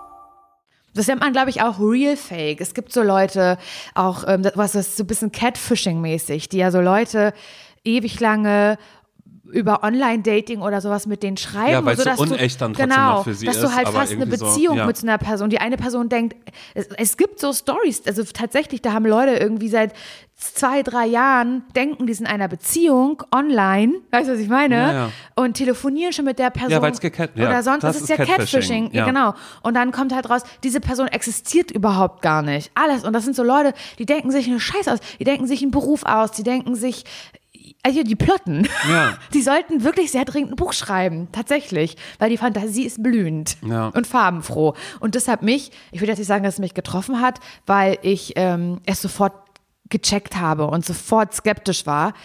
Das nennt man, glaube ich, auch Real Fake. Es gibt so Leute, auch, ähm, was ist so ein bisschen Catfishing-mäßig, die ja so Leute ewig lange über Online-Dating oder sowas mit denen schreiben. Ja, weil so, es so unecht dann trotzdem genau, noch für sie dass ist. du halt aber fast eine Beziehung so, ja. mit so einer Person. Die eine Person denkt, es, es gibt so Stories, also tatsächlich, da haben Leute irgendwie seit zwei, drei Jahren denken, die sind in einer Beziehung online, weißt du, was ich meine? Ja, ja. Und telefonieren schon mit der Person. Ja, weil es gecat- ja, oder sonst, das, das ist ja Catfishing, Catfishing. Ja. Genau. Und dann kommt halt raus, diese Person existiert überhaupt gar nicht. Alles. Und das sind so Leute, die denken sich einen Scheiß aus, die denken sich einen Beruf aus, die denken sich, also die plotten. Ja. Die sollten wirklich sehr dringend ein Buch schreiben, tatsächlich, weil die Fantasie ist blühend ja. und farbenfroh. Und deshalb mich, ich will jetzt nicht sagen, dass es mich getroffen hat, weil ich ähm, es sofort gecheckt habe und sofort skeptisch war.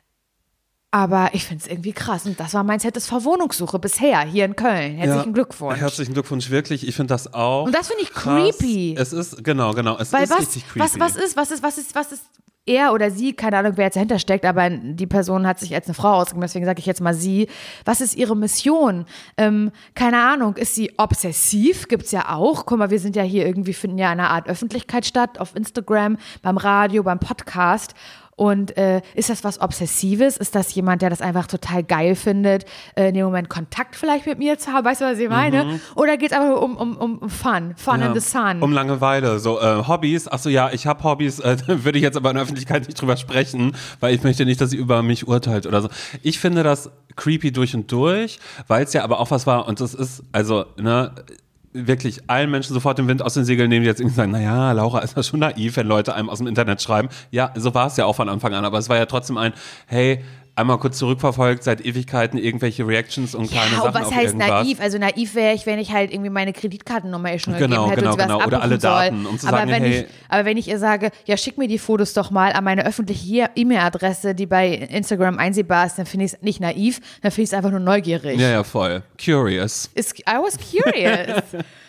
Aber ich finde es irgendwie krass. Und das war mein Z S V-Wohnungssuche bisher hier in Köln. Herzlichen ja, Glückwunsch. Herzlichen Glückwunsch, wirklich. Ich finde das auch. Und das finde ich krass. creepy. Es ist, genau, genau. Es Weil ist was, richtig creepy. Was, was ist, was ist, was ist, was ist er oder sie, keine Ahnung, wer jetzt dahinter steckt, aber die Person hat sich als eine Frau ausgegeben, deswegen sage ich jetzt mal sie. Was ist ihre Mission? Ähm, keine Ahnung, ist sie obsessiv? Gibt's ja auch. Guck mal, wir sind ja hier irgendwie, finden ja eine Art Öffentlichkeit statt, auf Instagram, beim Radio, beim Podcast. Und äh, ist das was Obsessives? Ist das jemand, der das einfach total geil findet, äh, in dem Moment Kontakt vielleicht mit mir zu haben? Weißt du, was ich meine? Mhm. Oder geht es einfach um, um, um Fun, Fun ja, in the Sun? Um Langeweile, so äh, Hobbys. Achso, ja, ich habe Hobbys, äh, würde ich jetzt aber in der Öffentlichkeit nicht drüber sprechen, weil ich möchte nicht, dass sie über mich urteilt oder so. Ich finde das creepy durch und durch, weil es ja aber auch was war und das ist, also, ne, wirklich allen Menschen sofort den Wind aus den Segeln nehmen, die jetzt irgendwie sagen, naja, Laura, ist das schon naiv, wenn Leute einem aus dem Internet schreiben. Ja, so war es ja auch von Anfang an, aber es war ja trotzdem ein, hey, einmal kurz zurückverfolgt, seit Ewigkeiten irgendwelche Reactions und kleine ja, Sachen was auf heißt irgendwas. naiv? Also naiv wäre ich, wenn ich halt irgendwie meine Kreditkartennummer eh schon genau, gegeben hätte genau, und sie genau. was Oder alle Daten, um zu aber sagen, wenn hey, ich, aber wenn ich ihr sage, ja, schick mir die Fotos doch mal an meine öffentliche E-Mail-Adresse, die bei Instagram einsehbar ist, dann finde ich es nicht naiv, dann finde ich es einfach nur neugierig. Ja, ja, voll. Curious. It's, I was curious.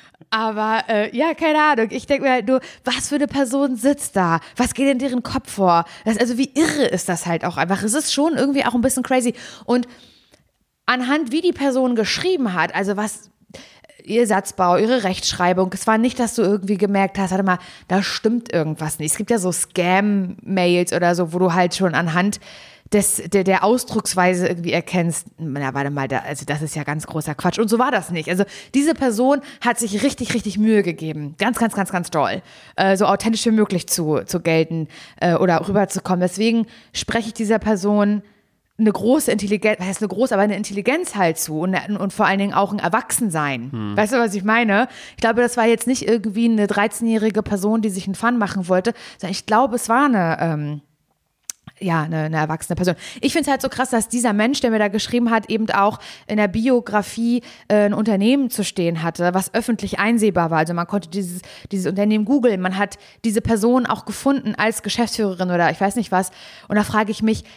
Aber äh, ja, keine Ahnung. Ich denke mir halt nur, was für eine Person sitzt da? Was geht in deren Kopf vor? Das, also wie irre ist das halt auch einfach. Es ist schon irgendwie auch ein bisschen crazy. Und anhand, wie die Person geschrieben hat, also was ihr Satzbau, ihre Rechtschreibung, es war nicht, dass du irgendwie gemerkt hast, warte mal, da stimmt irgendwas nicht. Es gibt ja so Scam-Mails oder so, wo du halt schon anhand Des, der, der Ausdrucksweise irgendwie erkennst, na warte mal, da, also das ist ja ganz großer Quatsch. Und so war das nicht. Also diese Person hat sich richtig, richtig Mühe gegeben. Ganz, ganz, ganz, ganz toll. Äh, so authentisch wie möglich zu, zu gelten äh, oder rüberzukommen. Deswegen spreche ich dieser Person eine große Intelligenz, was heißt eine große, aber eine Intelligenz halt zu und, und vor allen Dingen auch ein Erwachsensein. Hm. Weißt du, was ich meine? Ich glaube, das war jetzt nicht irgendwie eine dreizehnjährige Person, die sich einen Fun machen wollte, sondern ich glaube, es war eine ähm, ja, eine, eine erwachsene Person. Ich finde es halt so krass, dass dieser Mensch, der mir da geschrieben hat, eben auch in der Biografie äh, ein Unternehmen zu stehen hatte, was öffentlich einsehbar war. Also man konnte dieses, dieses Unternehmen googeln. Man hat diese Person auch gefunden als Geschäftsführerin oder ich weiß nicht was. Und da frage ich mich,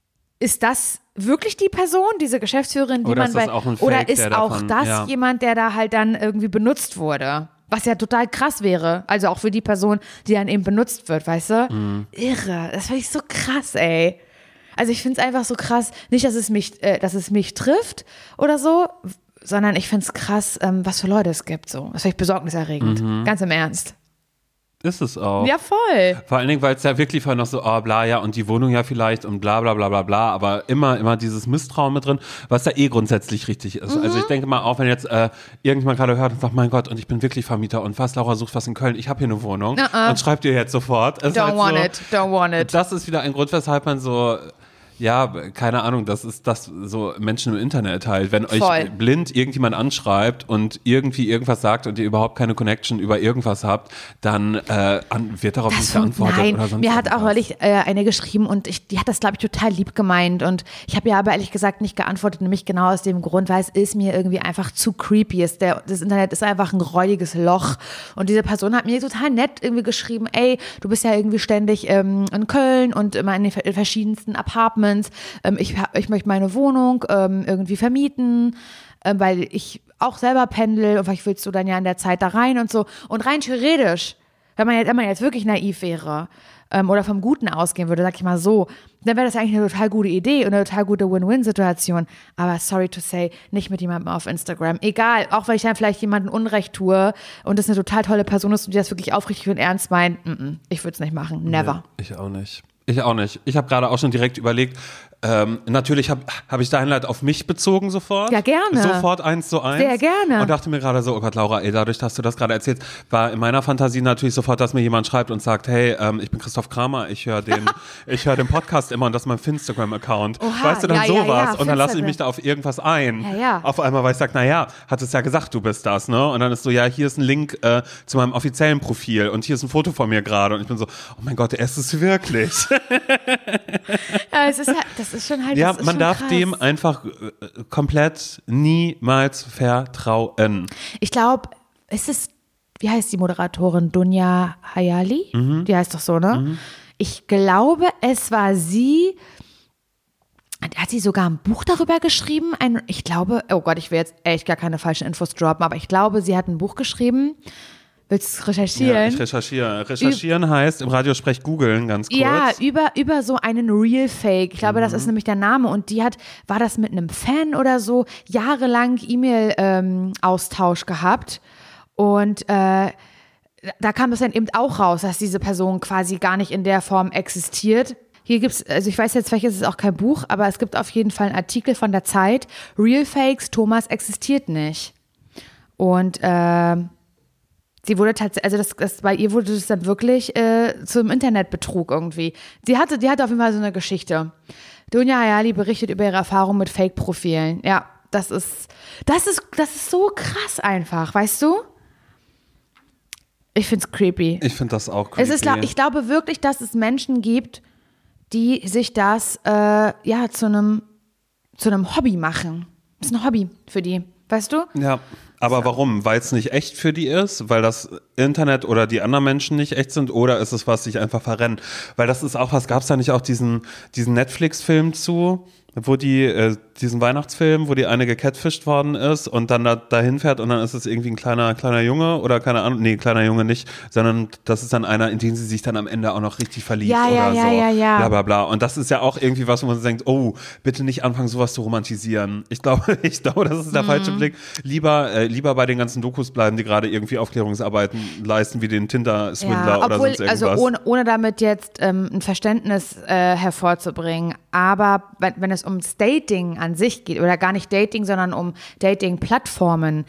ist das wirklich die Person, diese Geschäftsführerin, die oder man ist das bei, auch ein Fake, oder ist der auch davon, das ja. jemand, der da halt dann irgendwie benutzt wurde? Was ja total krass wäre. Also auch für die Person, die dann eben benutzt wird, weißt du? Mhm. Irre. Das finde ich so krass, ey. Also ich finde es einfach so krass. Nicht, dass es mich, äh, dass es mich trifft oder so, sondern ich finde es krass, ähm, was für Leute es gibt. So. Das finde ich besorgniserregend. Mhm. Ganz im Ernst. Ist es auch. Ja, voll. Vor allen Dingen, weil es ja wirklich vorher noch so, oh, bla, ja, und die Wohnung ja vielleicht und bla, bla, bla, bla, bla, aber immer, immer dieses Misstrauen mit drin, was da eh grundsätzlich richtig ist. Mhm. Also ich denke mal, auch wenn jetzt äh, irgendjemand gerade hört und sagt, mein Gott, und ich bin wirklich Vermieter und was, Laura sucht was in Köln, ich habe hier eine Wohnung uh-uh. und schreibt ihr jetzt sofort. Es Don't halt want so, it, don't want it. Das ist wieder ein Grund, weshalb man so... Ja, keine Ahnung, das ist das so Menschen im Internet halt. Wenn Voll. euch blind irgendjemand anschreibt und irgendwie irgendwas sagt und ihr überhaupt keine Connection über irgendwas habt, dann äh, an, wird darauf das nicht geantwortet nein. oder sonst Mir hat irgendwas. auch neulich äh, eine geschrieben und ich, die hat das, glaube ich, total lieb gemeint und ich habe ihr aber ehrlich gesagt nicht geantwortet, nämlich genau aus dem Grund, weil es ist mir irgendwie einfach zu creepy. Ist der, das Internet ist einfach ein räudiges Loch und diese Person hat mir total nett irgendwie geschrieben, ey, du bist ja irgendwie ständig ähm, in Köln und immer in den verschiedensten Apartments. Ähm, ich, ich möchte meine Wohnung ähm, irgendwie vermieten, äh, weil ich auch selber pendel und vielleicht willst du dann ja in der Zeit da rein und so. Und rein theoretisch, wenn man jetzt, wenn man jetzt wirklich naiv wäre ähm, oder vom Guten ausgehen würde, sag ich mal so, dann wäre das eigentlich eine total gute Idee und eine total gute Win-Win-Situation. Aber sorry to say, nicht mit jemandem auf Instagram. Egal, auch wenn ich dann vielleicht jemandem Unrecht tue und das eine total tolle Person ist und die das wirklich aufrichtig und ernst meint, mm-mm, ich würde es nicht machen. Never. Nee, ich auch nicht. Ich auch nicht. Ich habe gerade auch schon direkt überlegt, ähm, natürlich habe hab ich dein Leid auf mich bezogen sofort. Ja, gerne. Sofort eins zu eins. Sehr gerne. Und dachte mir gerade so, oh Gott, Laura, ey, dadurch, dass du das gerade erzählst, war in meiner Fantasie natürlich sofort, dass mir jemand schreibt und sagt, hey, ähm, ich bin Christoph Kramer, ich höre den, ich höre den Podcast immer und das ist mein Finstagram-Account. Weißt du, dann ja, sowas. Ja, ja, und dann lasse ich mich da auf irgendwas ein. Ja, ja. Auf einmal, weil ich sage, naja, hat es ja gesagt, du bist das, ne? Und dann ist so, ja, hier ist ein Link äh, zu meinem offiziellen Profil und hier ist ein Foto von mir gerade und ich bin so, oh mein Gott, er ist es wirklich. Ja, es ist ja, das ist schon halt, ja, das ist man schon darf krass. dem einfach äh, komplett niemals vertrauen. Ich glaube, es ist, wie heißt die Moderatorin? Dunja Hayali? Mhm. Die heißt doch so, ne? Mhm. Ich glaube, es war sie, hat sie sogar ein Buch darüber geschrieben? Ein, ich glaube, oh Gott, ich will jetzt echt gar keine falschen Infos droppen, aber ich glaube, sie hat ein Buch geschrieben. Willst du recherchieren? Ja, ich recherchiere. Recherchieren Ü- heißt im Radiosprech googeln, ganz kurz. Ja, über, über so einen Real Fake. Ich glaube, mhm. das ist nämlich der Name. Und die hat, war das mit einem Fan oder so, jahrelang E-Mail-Austausch ähm, gehabt. Und äh, da kam es dann eben auch raus, dass diese Person quasi gar nicht in der Form existiert. Hier gibt's, also ich weiß jetzt, vielleicht ist es auch kein Buch, aber es gibt auf jeden Fall einen Artikel von der Zeit. Real Fakes, Thomas existiert nicht. Und äh, sie wurde tatsächlich, also das, das, bei ihr wurde das dann wirklich äh, zum Internetbetrug irgendwie. Sie hatte, die hatte auf jeden Fall so eine Geschichte. Dunja Hayali berichtet über ihre Erfahrung mit Fake-Profilen. Ja, das ist, das ist, das ist so krass einfach, weißt du? Ich find's creepy. Ich find das auch creepy. Es ist, ich glaube wirklich, dass es Menschen gibt, die sich das äh, ja zu einem zu einem Hobby machen. Das ist ein Hobby für die, weißt du? Ja, aber so. Warum? Weil es nicht echt für die ist? Weil das Internet oder die anderen Menschen nicht echt sind? Oder ist es was, sich einfach verrennen? Weil das ist auch was, gab es da nicht auch diesen, diesen Netflix-Film zu, wo die, äh, diesen Weihnachtsfilm, wo die eine gecatfischt worden ist und dann da dahin fährt und dann ist es irgendwie ein kleiner, kleiner Junge oder keine Ahnung, nee, kleiner Junge nicht, sondern das ist dann einer, in den sie sich dann am Ende auch noch richtig verliebt ja, oder ja, so. Ja, ja, ja. Bla, bla, bla. Und das ist ja auch irgendwie was, wo man denkt, oh, bitte nicht anfangen, sowas zu romantisieren. Ich glaube, ich glaube, das ist der mhm. falsche Blick. Lieber, äh, lieber bei den ganzen Dokus bleiben, die gerade irgendwie Aufklärungsarbeiten leisten, wie den Tinder-Swindler ja, oder sonst irgendwas. Also ohne, ohne damit jetzt ähm, ein Verständnis äh, hervorzubringen, aber wenn, wenn es ums Dating an sich geht, oder gar nicht Dating, sondern um Dating-Plattformen.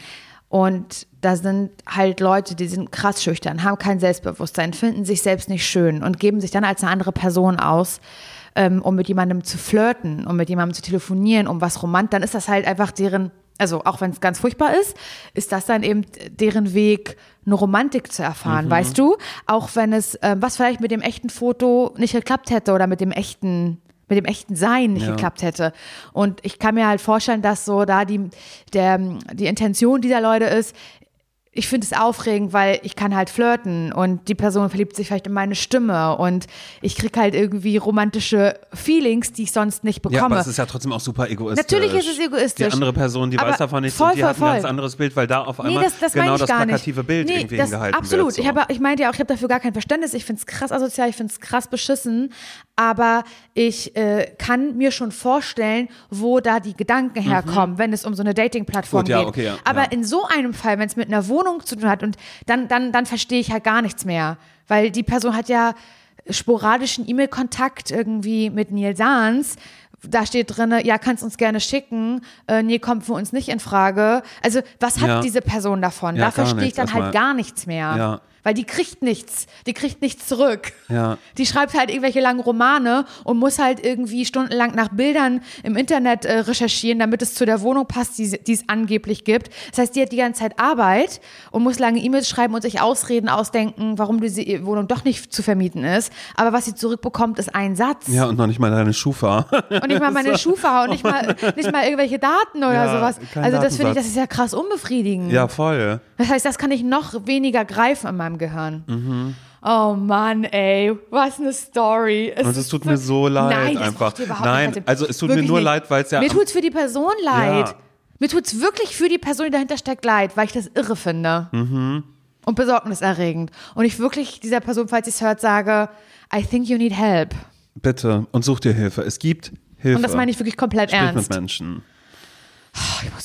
Und da sind halt Leute, die sind krass schüchtern, haben kein Selbstbewusstsein, finden sich selbst nicht schön und geben sich dann als eine andere Person aus, ähm, um mit jemandem zu flirten, um mit jemandem zu telefonieren, um was Romant, dann ist das halt einfach deren, also auch wenn es ganz furchtbar ist, ist das dann eben deren Weg, eine Romantik zu erfahren, mhm. weißt du? Auch wenn es, äh, was vielleicht mit dem echten Foto nicht geklappt hätte oder mit dem echten mit dem echten Sein nicht ja. geklappt hätte. Und ich kann mir halt vorstellen, dass so da die, der, die Intention dieser Leute ist, ich finde es aufregend, weil ich kann halt flirten und die Person verliebt sich vielleicht in meine Stimme und ich kriege halt irgendwie romantische Feelings, die ich sonst nicht bekomme. Ja, aber es ist ja trotzdem auch super egoistisch. Natürlich ist es egoistisch. Die andere Person, die aber weiß davon nichts voll, und die voll, hat ein voll. ganz anderes Bild, weil da auf einmal nee, das, das genau das plakative nicht. Bild nee, irgendwie das, hingehalten absolut. wird. So. Ich, hab, ich meinte ja auch, ich habe dafür gar kein Verständnis. Ich finde es krass asozial, ich finde es krass beschissen, aber ich äh, kann mir schon vorstellen, wo da die Gedanken herkommen, mhm. wenn es um so eine Dating-Plattform Gut, ja, geht. Okay, ja, aber ja. in so einem Fall, wenn es mit einer Wohnung zu tun hat und dann, dann, dann verstehe ich halt gar nichts mehr, weil die Person hat ja sporadischen E-Mail-Kontakt irgendwie mit Neil Sahns. Da steht drin, ja, kannst uns gerne schicken, äh, nee, kommt für uns nicht in Frage. Also was hat ja. diese Person davon? Ja, da verstehe ich dann erstmal. halt gar nichts mehr. Ja. Weil die kriegt nichts, die kriegt nichts zurück. Ja. Die schreibt halt irgendwelche langen Romane und muss halt irgendwie stundenlang nach Bildern im Internet äh, recherchieren, damit es zu der Wohnung passt, die, die es angeblich gibt. Das heißt, die hat die ganze Zeit Arbeit und muss lange E-Mails schreiben und sich Ausreden ausdenken, warum diese Wohnung doch nicht zu vermieten ist. Aber was sie zurückbekommt, ist ein Satz. Ja, und noch nicht mal deine Schufa. Und nicht mal meine Schufa und nicht mal, nicht mal irgendwelche Daten oder ja, sowas. Also das finde ich, das ist ja krass unbefriedigend. Ja, voll. Das heißt, das kann ich noch weniger greifen in meinem Gehirn. Mhm. Oh Mann, ey, was eine Story. Es und es tut mir so leid nein, einfach. Nein, nicht also es tut mir nur nicht. leid, weil es ja... Mir tut es für die Person leid. Ja. Mir tut es wirklich für die Person, die dahinter steckt, leid, weil ich das irre finde. Mhm. Und besorgniserregend. Und ich wirklich dieser Person, falls sie es hört, sage, I think you need help. Bitte, und such dir Hilfe. Es gibt Hilfe. Und das meine ich wirklich komplett Sprich ernst. mit Menschen. Oh, ich muss so schlimm trinken.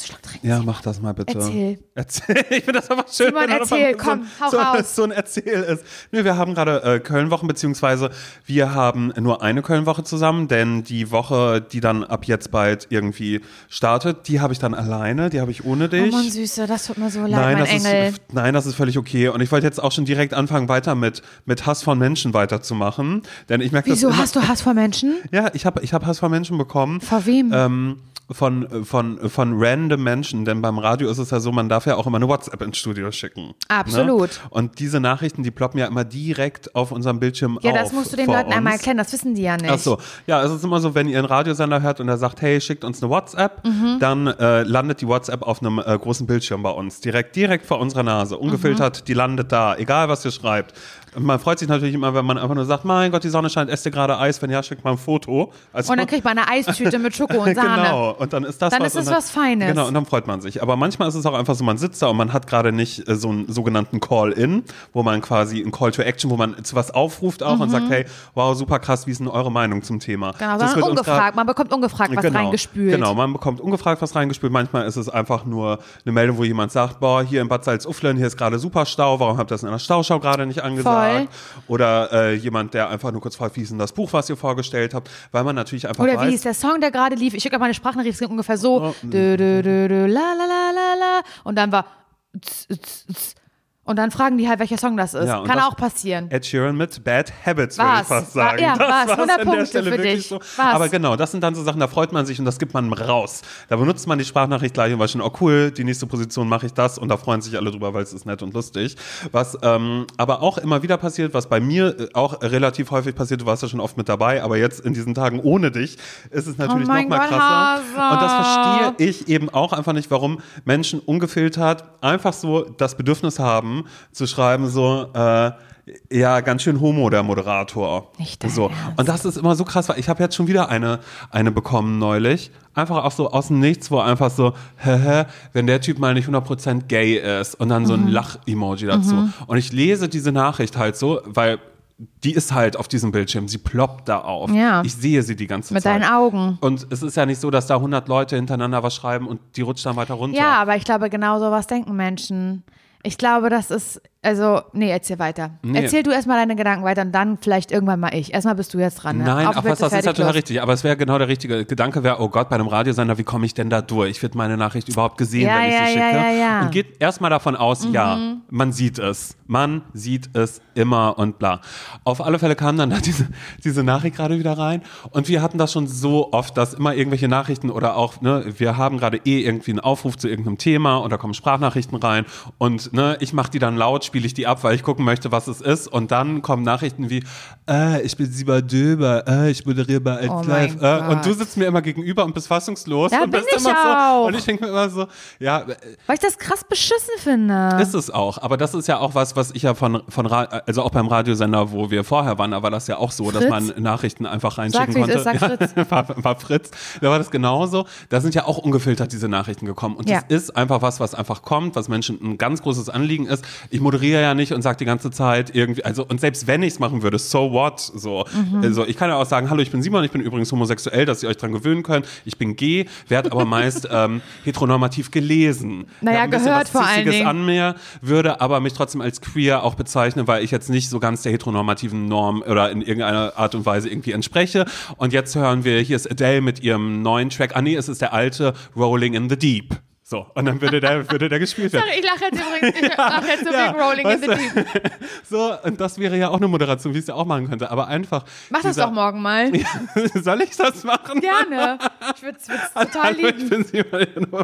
Ja, mach das mal bitte. Erzähl. Erzähl. Ich finde das aber schön. Simon, erzähl, so, komm, hau so, raus. So ein Erzähl ist. Nee, wir haben gerade äh, Köln-Wochen, beziehungsweise wir haben nur eine Köln-Woche zusammen, denn die Woche, die dann ab jetzt bald irgendwie startet, die habe ich dann alleine, die habe ich ohne dich. Oh Mann, Süße, das tut mir so leid, nein, mein das Engel. Ist, nein, das ist völlig okay. Und ich wollte jetzt auch schon direkt anfangen, weiter mit, mit Hass von Menschen weiterzumachen. Denn ich merke, Wieso, das immer, hast du Hass vor Menschen? Ja, ich habe ich hab Hass von Menschen bekommen. Vor wem? Ähm, Von, von, von random Menschen, denn beim Radio ist es ja so, man darf ja auch immer eine WhatsApp ins Studio schicken. Absolut. Ne? Und diese Nachrichten, die ploppen ja immer direkt auf unserem Bildschirm Ja, auf. das musst du den vor Leuten uns. einmal erklären, das wissen die ja nicht. Ach so, ja, es ist immer so, wenn ihr einen Radiosender hört und er sagt, hey, schickt uns eine WhatsApp, mhm. dann äh, landet die WhatsApp auf einem äh, großen Bildschirm bei uns, direkt, direkt vor unserer Nase, ungefiltert, mhm. die landet da, egal was ihr schreibt. Und man freut sich natürlich immer, wenn man einfach nur sagt, mein Gott, die Sonne scheint, esst ihr gerade Eis? Wenn ja, schickt mal ein Foto. Also, und dann kriegt man eine Eistüte mit Schoko und Sahne. Genau, und dann ist das dann was. Dann ist es dann, was Feines. Genau, und dann freut man sich. Aber manchmal ist es auch einfach so, man sitzt da und man hat gerade nicht äh, so einen sogenannten Call-In, wo man quasi ein Call to Action, wo man zu was aufruft auch mhm. und sagt, hey, wow, super krass, wie ist denn eure Meinung zum Thema? Genau, das wird ungefragt, grad, man bekommt ungefragt was genau, reingespült. Genau, man bekommt ungefragt was reingespült. Manchmal ist es einfach nur eine Meldung, wo jemand sagt, boah, hier in Bad Salzuflen, hier ist gerade super Stau, warum habt ihr das in der Stauschau gerade nicht angesagt? Voll. Oder Oder äh, jemand, der einfach nur kurz fragt, wie ist denn das Buch, was ihr vorgestellt habt, weil man natürlich einfach Oder weiß. wie ist der Song, der gerade lief? Ich schicke mal eine Sprachnachricht, es ging ungefähr so. Oh. Dö, dö, dö, dö, la, la, la, la, la. Und dann war tz, tz, tz. Und dann fragen die halt, welcher Song das ist. Ja, Kann das auch passieren. Ed Sheeran mit Bad Habits, würde ich fast sagen. Ja, das was, hundert Punkte Stelle für dich. So. Was? Aber genau, das sind dann so Sachen, da freut man sich und das gibt man raus. Da benutzt man die Sprachnachricht gleich und weiß schon, oh cool, die nächste Position mache ich das und da freuen sich alle drüber, weil es ist nett und lustig. Was ähm, aber auch immer wieder passiert, was bei mir auch relativ häufig passiert, du warst ja schon oft mit dabei, aber jetzt in diesen Tagen ohne dich ist es natürlich oh noch mal Gott, krasser. Hase. Und das verstehe ich eben auch einfach nicht, warum Menschen ungefiltert einfach so das Bedürfnis haben, zu schreiben, so, äh, ja, ganz schön homo, der Moderator. Nicht dein so. Ernst. Und das ist immer so krass, weil ich habe jetzt schon wieder eine, eine bekommen neulich. Einfach auch so aus dem Nichts, wo einfach so, hä, hä, wenn der Typ mal nicht hundert Prozent gay ist und dann so ein mhm. Lach-Emoji dazu. Mhm. Und ich lese diese Nachricht halt so, weil die ist halt auf diesem Bildschirm, sie ploppt da auf. Ja. Ich sehe sie die ganze Mit Zeit. Mit deinen Augen. Und es ist ja nicht so, dass da hundert Leute hintereinander was schreiben und die rutscht dann weiter runter. Ja, aber ich glaube, genau so was denken Menschen. Ich glaube, das ist, also, nee, erzähl weiter. Nee. Erzähl du erstmal deine Gedanken weiter und dann vielleicht irgendwann mal ich. Erstmal bist du jetzt dran. Ne? Nein, Auf ach was, das ist ja total los. richtig. Aber es wäre genau der richtige Gedanke, wäre, oh Gott, bei einem Radiosender, wie komme ich denn da durch? Wird meine Nachricht überhaupt gesehen, ja, wenn ich ja, sie schicke? Ja, ja, ja. Und geht erstmal davon aus, mhm. ja, man sieht es. Man sieht es immer und bla. Auf alle Fälle kam dann da diese, diese Nachricht gerade wieder rein. Und wir hatten das schon so oft, dass immer irgendwelche Nachrichten oder auch, ne, wir haben gerade eh irgendwie einen Aufruf zu irgendeinem Thema und da kommen Sprachnachrichten rein. Und ne, ich mache die dann laut, spiele ich die ab, weil ich gucken möchte, was es ist. Und dann kommen Nachrichten wie, äh, ich bin Siba Döber, äh, ich moderiere bei Alt oh Live. Äh, und du sitzt mir immer gegenüber und bist fassungslos. Da und bin bist ich immer auch. So, und ich denke mir immer so, ja. Weil ich das krass beschissen finde. Ist es auch. Aber das ist ja auch was, was ich ja von, von also auch beim Radiosender, wo wir vorher waren, da war das ja auch so, Fritz? dass man Nachrichten einfach reinschicken sag, konnte. Ist, sag Fritz. Ja, war, war Fritz. Da war das genauso. Da sind ja auch ungefiltert diese Nachrichten gekommen. Und ja. das ist einfach was, was einfach kommt, was Menschen ein ganz großes Anliegen ist. Ich moderiere ja nicht und sage die ganze Zeit irgendwie, also und selbst wenn ich es machen würde, so what? So. Mhm. Also ich kann ja auch sagen, hallo, ich bin Simon, ich bin übrigens homosexuell, dass ihr euch dran gewöhnen könnt. Ich bin gay, werde aber meist ähm, heteronormativ gelesen. Naja, ein bisschen gehört was vor allen Dingen. an mir, würde aber mich trotzdem als queer auch bezeichnen, weil ich jetzt nicht so ganz der heteronormativen Norm oder in irgendeiner Art und Weise irgendwie entspreche. Und jetzt hören wir, hier ist Adele mit ihrem neuen Track. Ah nee, es ist der alte Rolling in the Deep. So, und dann würde der, würde der gespielt werden. Sorry, ich lache jetzt übrigens, ich lache jetzt so ja, wegen Rolling in the Deep. So, und das wäre ja auch eine Moderation, wie ich es ja auch machen könnte, aber einfach. Mach das dieser, doch morgen mal. Soll ich das machen? Gerne. Ich würde es total Hallo, lieben. ich bin Simon.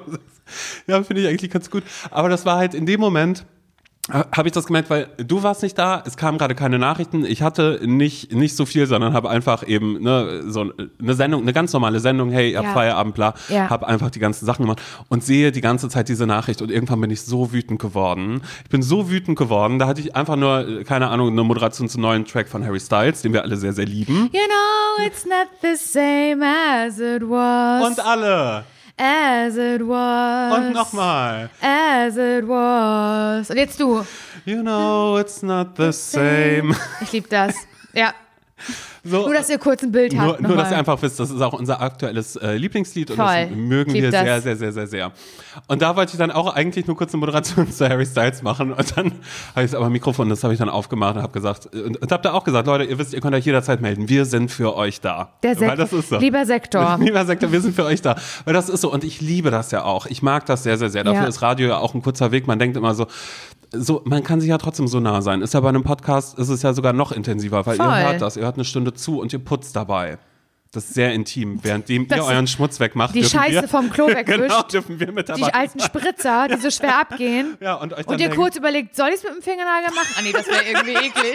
Ja, finde ich eigentlich ganz gut. Aber das war halt in dem Moment, habe ich das gemerkt, weil du warst nicht da, es kamen gerade keine Nachrichten, ich hatte nicht, nicht so viel, sondern habe einfach eben ne, so eine Sendung, eine ganz normale Sendung, hey, ihr habt ja. Feierabend, bla, ja. habe einfach die ganzen Sachen gemacht und sehe die ganze Zeit diese Nachricht und irgendwann bin ich so wütend geworden. Ich bin so wütend geworden, da hatte ich einfach nur, keine Ahnung, eine Moderation zum neuen Track von Harry Styles, den wir alle sehr, sehr lieben. You know, it's not the same as it was. Und alle. As it was. Und nochmal. As it was. Und jetzt du. You know, it's not the same. Ich liebe das. Ja. So, nur, dass ihr kurz ein Bild nur, habt. Nur, dass ihr einfach wisst, das ist auch unser aktuelles äh, Lieblingslied und Voll. das mögen wir das. sehr, sehr, sehr, sehr, sehr. Und da wollte ich dann auch eigentlich nur kurz eine Moderation zu Harry Styles machen und dann habe ich aber Mikrofon, das habe ich dann aufgemacht und habe gesagt, und, und habe da auch gesagt, Leute, ihr wisst, ihr könnt euch jederzeit melden. Wir sind für euch da. Der Sek- Weil das ist so. Lieber Sektor. Lieber Sektor, wir sind für euch da. Weil das ist so und ich liebe das ja auch. Ich mag das sehr, sehr, sehr. Dafür Ja. ist Radio ja auch ein kurzer Weg. Man denkt immer so, so, man kann sich ja trotzdem so nah sein. Ist ja bei einem Podcast, ist es ja sogar noch intensiver, weil Voll. ihr hört das, ihr hört eine Stunde zu und ihr putzt dabei. Das ist sehr intim. Währenddem Das ihr euren Schmutz wegmacht, die dürfen Scheiße wir, vom Klo wegwischt. Genau, dürfen wir mit dabei Die alten Spritzer, die so schwer abgehen. Ja, und euch dann Und ihr denken, kurz überlegt, soll ich es mit dem Fingernagel machen? Ah nee, das wäre irgendwie eklig.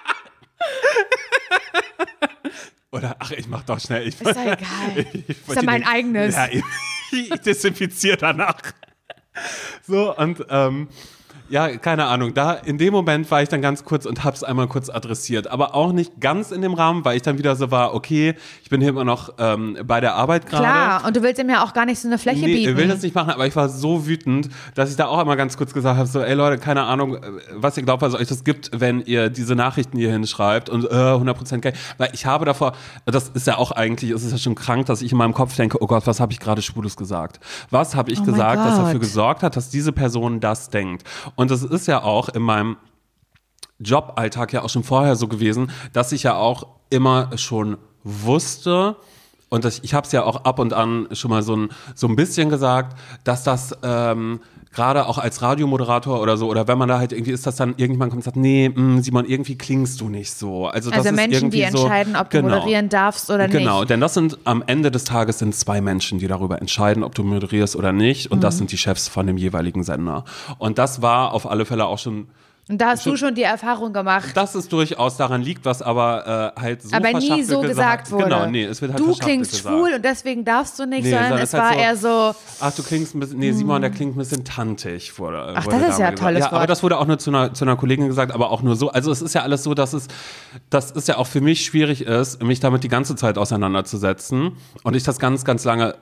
Oder, ach, ich mach doch schnell. Ich, Ist ja egal. ich, ich, Ist ja mein den, eigenes. Ja, ich, ich desinfiziere danach. So, und ähm, ja, keine Ahnung, da in dem Moment war ich dann ganz kurz und hab's einmal kurz adressiert, aber auch nicht ganz in dem Rahmen, weil ich dann wieder so war, okay, ich bin hier immer noch ähm, bei der Arbeit gerade. Klar, und du willst ihm ja auch gar nicht so eine Fläche Nee, bieten. ich will das nicht machen, aber ich war so wütend, dass ich da auch einmal ganz kurz gesagt habe, so, ey Leute, keine Ahnung, was ihr glaubt, was euch das gibt, wenn ihr diese Nachrichten hier hinschreibt und äh, hundert Prozent gay. Weil ich habe davor, das ist ja auch eigentlich, es ist ja schon krank, dass ich in meinem Kopf denke, oh Gott, was habe ich gerade Schwules gesagt? Was habe ich Oh gesagt, mein das Gott. dafür gesorgt hat, dass diese Person das denkt? Und es ist ja auch in meinem Joballtag ja auch schon vorher so gewesen, dass ich ja auch immer schon wusste, und das, ich habe es ja auch ab und an schon mal so ein, so ein bisschen gesagt, dass das ähm, gerade auch als Radiomoderator oder so, oder wenn man da halt irgendwie ist, dass dann irgendjemand kommt und sagt, nee, mh, Simon, irgendwie klingst du nicht so. Also, das Also ist Menschen, die irgendwie so, entscheiden, ob du genau, moderieren darfst oder nicht. Genau, denn das sind am Ende des Tages sind zwei Menschen, die darüber entscheiden, ob du moderierst oder nicht. Und Mhm. das sind die Chefs von dem jeweiligen Sender. Und das war auf alle Fälle auch schon. Und da hast du schon die Erfahrung gemacht. Dass es durchaus daran liegt, was aber äh, halt so aber nie verschachtelt so gesagt wurde. Genau, nee, es wird halt du verschachtelt klingst gesagt. schwul und deswegen darfst du nicht, Nee, sondern sondern es es ist war halt eher so, Ach, du klingst ein bisschen, nee, Simon, der klingt ein bisschen tantig. Wurde, Ach, wurde das ist ja ein damals tolles gesagt. Ja, aber Wort. das wurde auch nur zu einer, zu einer Kollegin gesagt, aber auch nur so. Also es ist ja alles so, dass es, dass es ja auch für mich schwierig ist, mich damit die ganze Zeit auseinanderzusetzen. Und ich das ganz, ganz lange,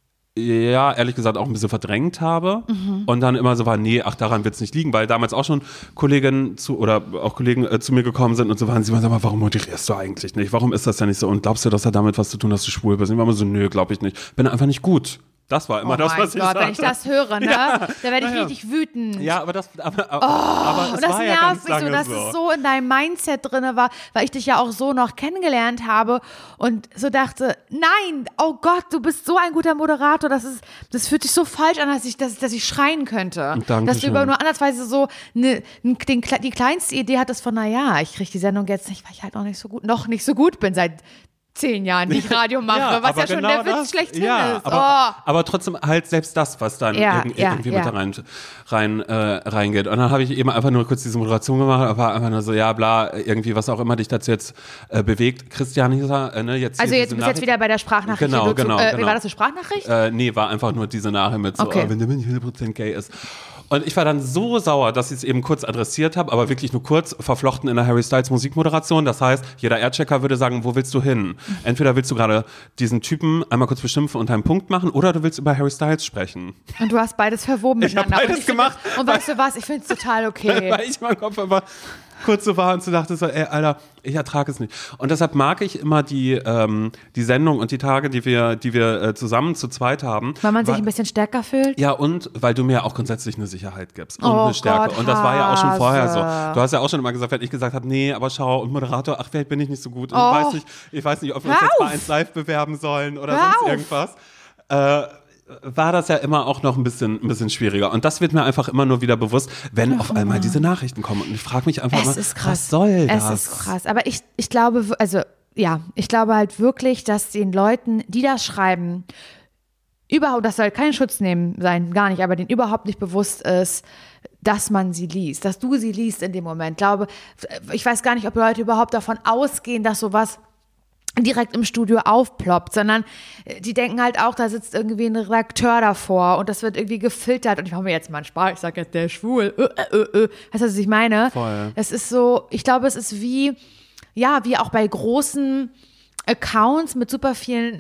ja, ehrlich gesagt auch ein bisschen verdrängt habe Mhm. und dann immer so war, nee, ach, daran wird es nicht liegen, weil damals auch schon Kolleginnen zu oder auch Kollegen äh, zu mir gekommen sind und so waren, sie waren, sag mal, warum moderierst du eigentlich nicht? Warum ist das ja nicht so? Und glaubst du, dass er damit was zu tun hat, dass du schwul bist? Und ich war immer so, nö, glaube ich nicht. Bin einfach nicht gut. Das war immer oh das, mein was ich Gott, sagte. wenn ich das höre, ne, Ja. da werde ich Ja, ja. richtig wütend. Ja, aber das, aber, aber, Oh, aber es und das war ja ganz nervt mich so, lange dass so. es so in deinem Mindset drin war, weil ich dich ja auch so noch kennengelernt habe und so dachte, nein, oh Gott, du bist so ein guter Moderator, das ist, das fühlt sich so falsch an, dass ich, dass, dass ich schreien könnte. Dankeschön. Dass du über nur andersweise so eine, den, die kleinste Idee hattest von, naja, ich kriege die Sendung jetzt nicht, weil ich halt noch nicht so gut, noch nicht so gut bin seit zehn Jahren, die ich Radio mache, Ja, was aber ja schon genau der Witz das, schlechthin ja, ist. Aber, oh. aber trotzdem halt selbst das, was dann Ja, irg ja, irgendwie ja. mit da rein, rein, äh, reingeht. Und dann habe ich eben einfach nur kurz diese Moderation gemacht, war einfach nur so, ja, bla, irgendwie, was auch immer dich dazu jetzt äh, bewegt. Christian hieß er, äh, ne, jetzt Also hier jetzt diese bist du jetzt Nachricht- wieder bei der Sprachnachricht. Genau, die du genau, zu, äh, genau. War das eine Sprachnachricht? Äh, nee, war einfach nur diese Nachricht mit so, Okay. oh, wenn der nicht hundert Prozent gay ist. Und ich war dann so sauer, dass ich es eben kurz adressiert habe, aber wirklich nur kurz, verflochten in der Harry Styles Musikmoderation. Das heißt, jeder Airchecker würde sagen, wo willst du hin? Entweder willst du gerade diesen Typen einmal kurz beschimpfen und einen Punkt machen, oder du willst über Harry Styles sprechen. Und du hast beides verwoben Ich hab miteinander. beides und ich gemacht. Finde, und weißt du was, ich finde es total okay. Weil ich in meinem Kopf einfach kurz so war und so dachte so, ey, Alter, ich ertrage es nicht. Und deshalb mag ich immer die, ähm, die Sendung und die Tage, die wir, die wir äh, zusammen zu zweit haben. Weil man sich weil, ein bisschen stärker fühlt? Ja, und weil du mir auch grundsätzlich eine Sicherheit gibst und Oh eine Stärke. Gott, und das war ja auch schon vorher so. Hase. Du hast ja auch schon immer gesagt, wenn ich gesagt habe, nee, aber schau, und Moderator, ach, vielleicht bin ich nicht so gut. Und Oh. ich weiß nicht, ich weiß nicht, ob wir uns Hör jetzt bei auf. eins Live bewerben sollen oder Hör sonst auf. irgendwas. Äh, war das ja immer auch noch ein bisschen, ein bisschen schwieriger. Und das wird mir einfach immer nur wieder bewusst, wenn auf einmal diese Nachrichten kommen. Und ich frage mich einfach Es immer, ist krass. was soll das? Es ist krass. Aber ich, ich glaube, w- also ja, ich glaube halt wirklich, dass den Leuten, die das schreiben, überhaupt, das soll kein Schutz nehmen sein, gar nicht, aber denen überhaupt nicht bewusst ist, dass man sie liest, dass du sie liest in dem Moment. Ich glaube, ich weiß gar nicht, ob Leute überhaupt davon ausgehen, dass sowas direkt im Studio aufploppt, sondern äh, die denken halt auch, da sitzt irgendwie ein Redakteur davor und das wird irgendwie gefiltert und ich mache mir jetzt mal einen Spaß, ich sage jetzt, der ist schwul, äh, äh, äh. Weißt du, was ich meine? Voll. Es ist so, ich glaube, es ist wie, ja, wie auch bei großen Accounts mit super vielen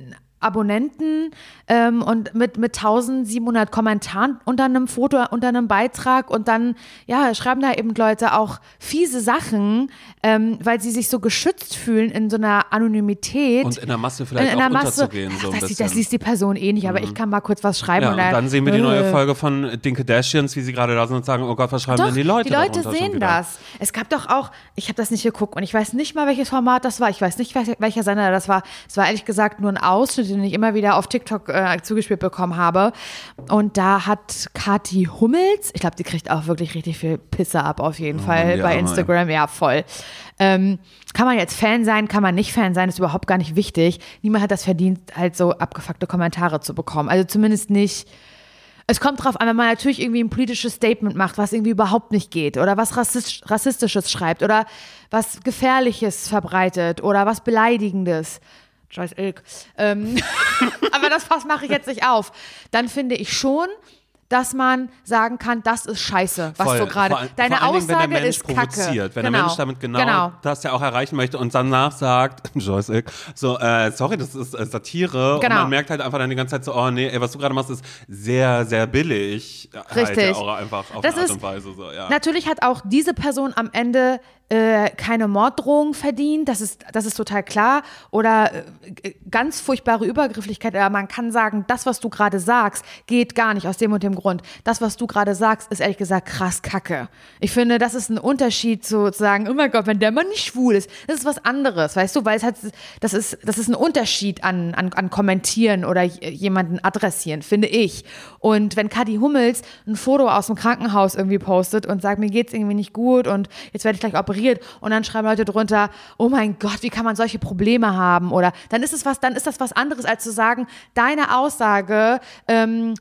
Abonnenten ähm, und mit, mit eintausendsiebenhundert Kommentaren unter einem Foto, unter einem Beitrag und dann, ja, schreiben da eben Leute auch fiese Sachen, ähm, weil sie sich so geschützt fühlen in so einer Anonymität. Und in der Masse vielleicht in, in auch der Masse, unterzugehen. So ein das, bisschen. das liest die Person eh nicht, aber mhm. ich kann mal kurz was schreiben. Ja, und, und dann sehen wir die neue äh, Folge von den Kardashians, wie sie gerade da sind und sagen, oh Gott, was schreiben Doch, denn die Leute die Leute darunter sehen das. Es gab doch auch, ich habe das nicht geguckt und ich weiß nicht mal, welches Format das war. Ich weiß nicht, welcher Sender das war. Es war ehrlich gesagt nur ein Ausschnitt, den ich immer wieder auf TikTok äh, zugespielt bekommen habe. Und da hat Kathi Hummels, ich glaube, die kriegt auch wirklich richtig viel Pisse ab auf jeden oh, Fall bei Instagram. Ja, voll. Ähm, kann man jetzt Fan sein, kann man nicht Fan sein, ist überhaupt gar nicht wichtig. Niemand hat das verdient, halt so abgefuckte Kommentare zu bekommen. Also zumindest nicht. Es kommt drauf an, wenn man natürlich irgendwie ein politisches Statement macht, was irgendwie überhaupt nicht geht oder was Rassist- Rassistisches schreibt oder was Gefährliches verbreitet oder was Beleidigendes. Joyce Ilk. Ähm, aber das Fass mache ich jetzt nicht auf. Dann finde ich schon, dass man sagen kann, das ist scheiße, was Voll. du gerade, deine vor allen Dingen, Aussage wenn der Mensch ist provoziert, Kacke. Wenn genau. der Mensch damit genau, genau. das ja auch erreichen möchte und danach sagt, Joyce Ilk, so, äh, sorry, das ist äh, Satire. Genau. Und man merkt halt einfach dann die ganze Zeit so, oh nee, ey, was du gerade machst, ist sehr, sehr billig. Richtig. Halt ja auch einfach auf das eine Art ist, und Weise. So, ja. Natürlich hat auch diese Person am Ende äh, keine Morddrohung verdient, das ist, das ist total klar. Oder äh, ganz furchtbare Übergrifflichkeit. Aber man kann sagen, das, was du gerade sagst, geht gar nicht aus dem und dem Grund. Das, was du gerade sagst, ist ehrlich gesagt krass Kacke. Ich finde, das ist ein Unterschied zu, zu sagen, oh mein Gott, wenn der Mann nicht schwul ist, das ist was anderes, weißt du, weil es hat, das ist, das ist ein Unterschied an, an, an Kommentieren oder jemanden adressieren, finde ich. Und wenn Kathi Hummels ein Foto aus dem Krankenhaus irgendwie postet und sagt, mir geht's irgendwie nicht gut und jetzt werde ich gleich operiert und dann schreiben Leute drunter, oh mein Gott, wie kann man solche Probleme haben? Oder dann ist es was, dann ist das was anderes, als zu sagen, deine Aussage, ähm,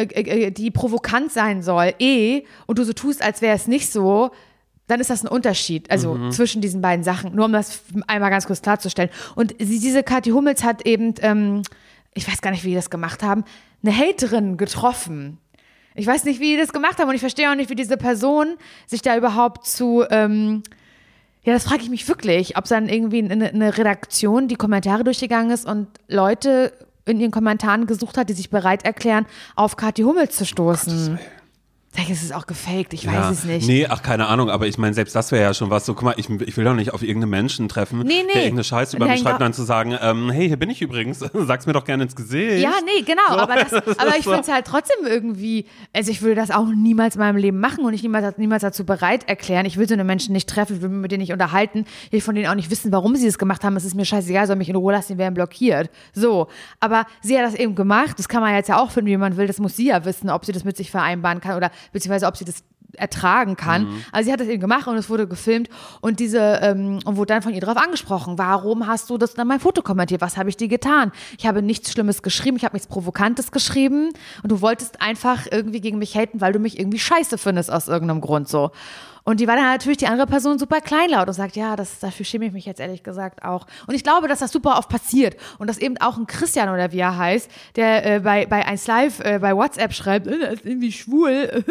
die provokant sein soll, eh, und du so tust, als wäre es nicht so, dann ist das ein Unterschied, also mhm. zwischen diesen beiden Sachen, nur um das einmal ganz kurz klarzustellen. Und sie, diese Kathi Hummels hat eben, ähm, ich weiß gar nicht, wie die das gemacht haben, eine Haterin getroffen. Ich weiß nicht, wie die das gemacht haben und ich verstehe auch nicht, wie diese Person sich da überhaupt zu, ähm, ja, das frage ich mich wirklich, ob es dann irgendwie eine, eine Redaktion, die Kommentare durchgegangen ist und Leute in ihren Kommentaren gesucht hat, die sich bereit erklären, auf Kathi Hummels zu stoßen. Vielleicht ist es auch gefaked, ich ja. weiß es nicht. Nee, ach, keine Ahnung, aber ich meine, selbst das wäre ja schon was. So, guck mal, ich, ich will doch nicht auf irgendeinen Menschen treffen, nee, nee. der irgendeine Scheiße über mich schreibt, dann zu sagen, ähm, hey, hier bin ich übrigens, sag's mir doch gerne ins Gesicht. Ja, nee, genau, so. aber, das, aber ich finde es halt trotzdem irgendwie, also ich würde das auch niemals in meinem Leben machen und ich niemals, niemals dazu bereit erklären. Ich will so eine Menschen nicht treffen, ich will mich mit denen nicht unterhalten, ich will von denen auch nicht wissen, warum sie das gemacht haben. Es ist mir scheißegal, soll mich in Ruhe lassen, die werden blockiert. So, aber sie hat das eben gemacht, das kann man jetzt ja auch finden, wie man will, das muss sie ja wissen, ob sie das mit sich vereinbaren kann oder beziehungsweise ob sie das ertragen kann. Mhm. Also sie hat das eben gemacht und es wurde gefilmt und diese ähm, und wurde dann von ihr darauf angesprochen. Warum hast du das dann mein Foto kommentiert? Was habe ich dir getan? Ich habe nichts Schlimmes geschrieben, ich habe nichts Provokantes geschrieben und du wolltest einfach irgendwie gegen mich haten, weil du mich irgendwie scheiße findest aus irgendeinem Grund so. Und die war dann natürlich die andere Person super kleinlaut und sagt, ja, das, dafür schäme ich mich jetzt ehrlich gesagt auch. Und ich glaube, dass das super oft passiert und dass eben auch ein Christian oder wie er heißt, der äh, bei, bei eins Live äh, bei WhatsApp schreibt, äh, ist irgendwie schwul,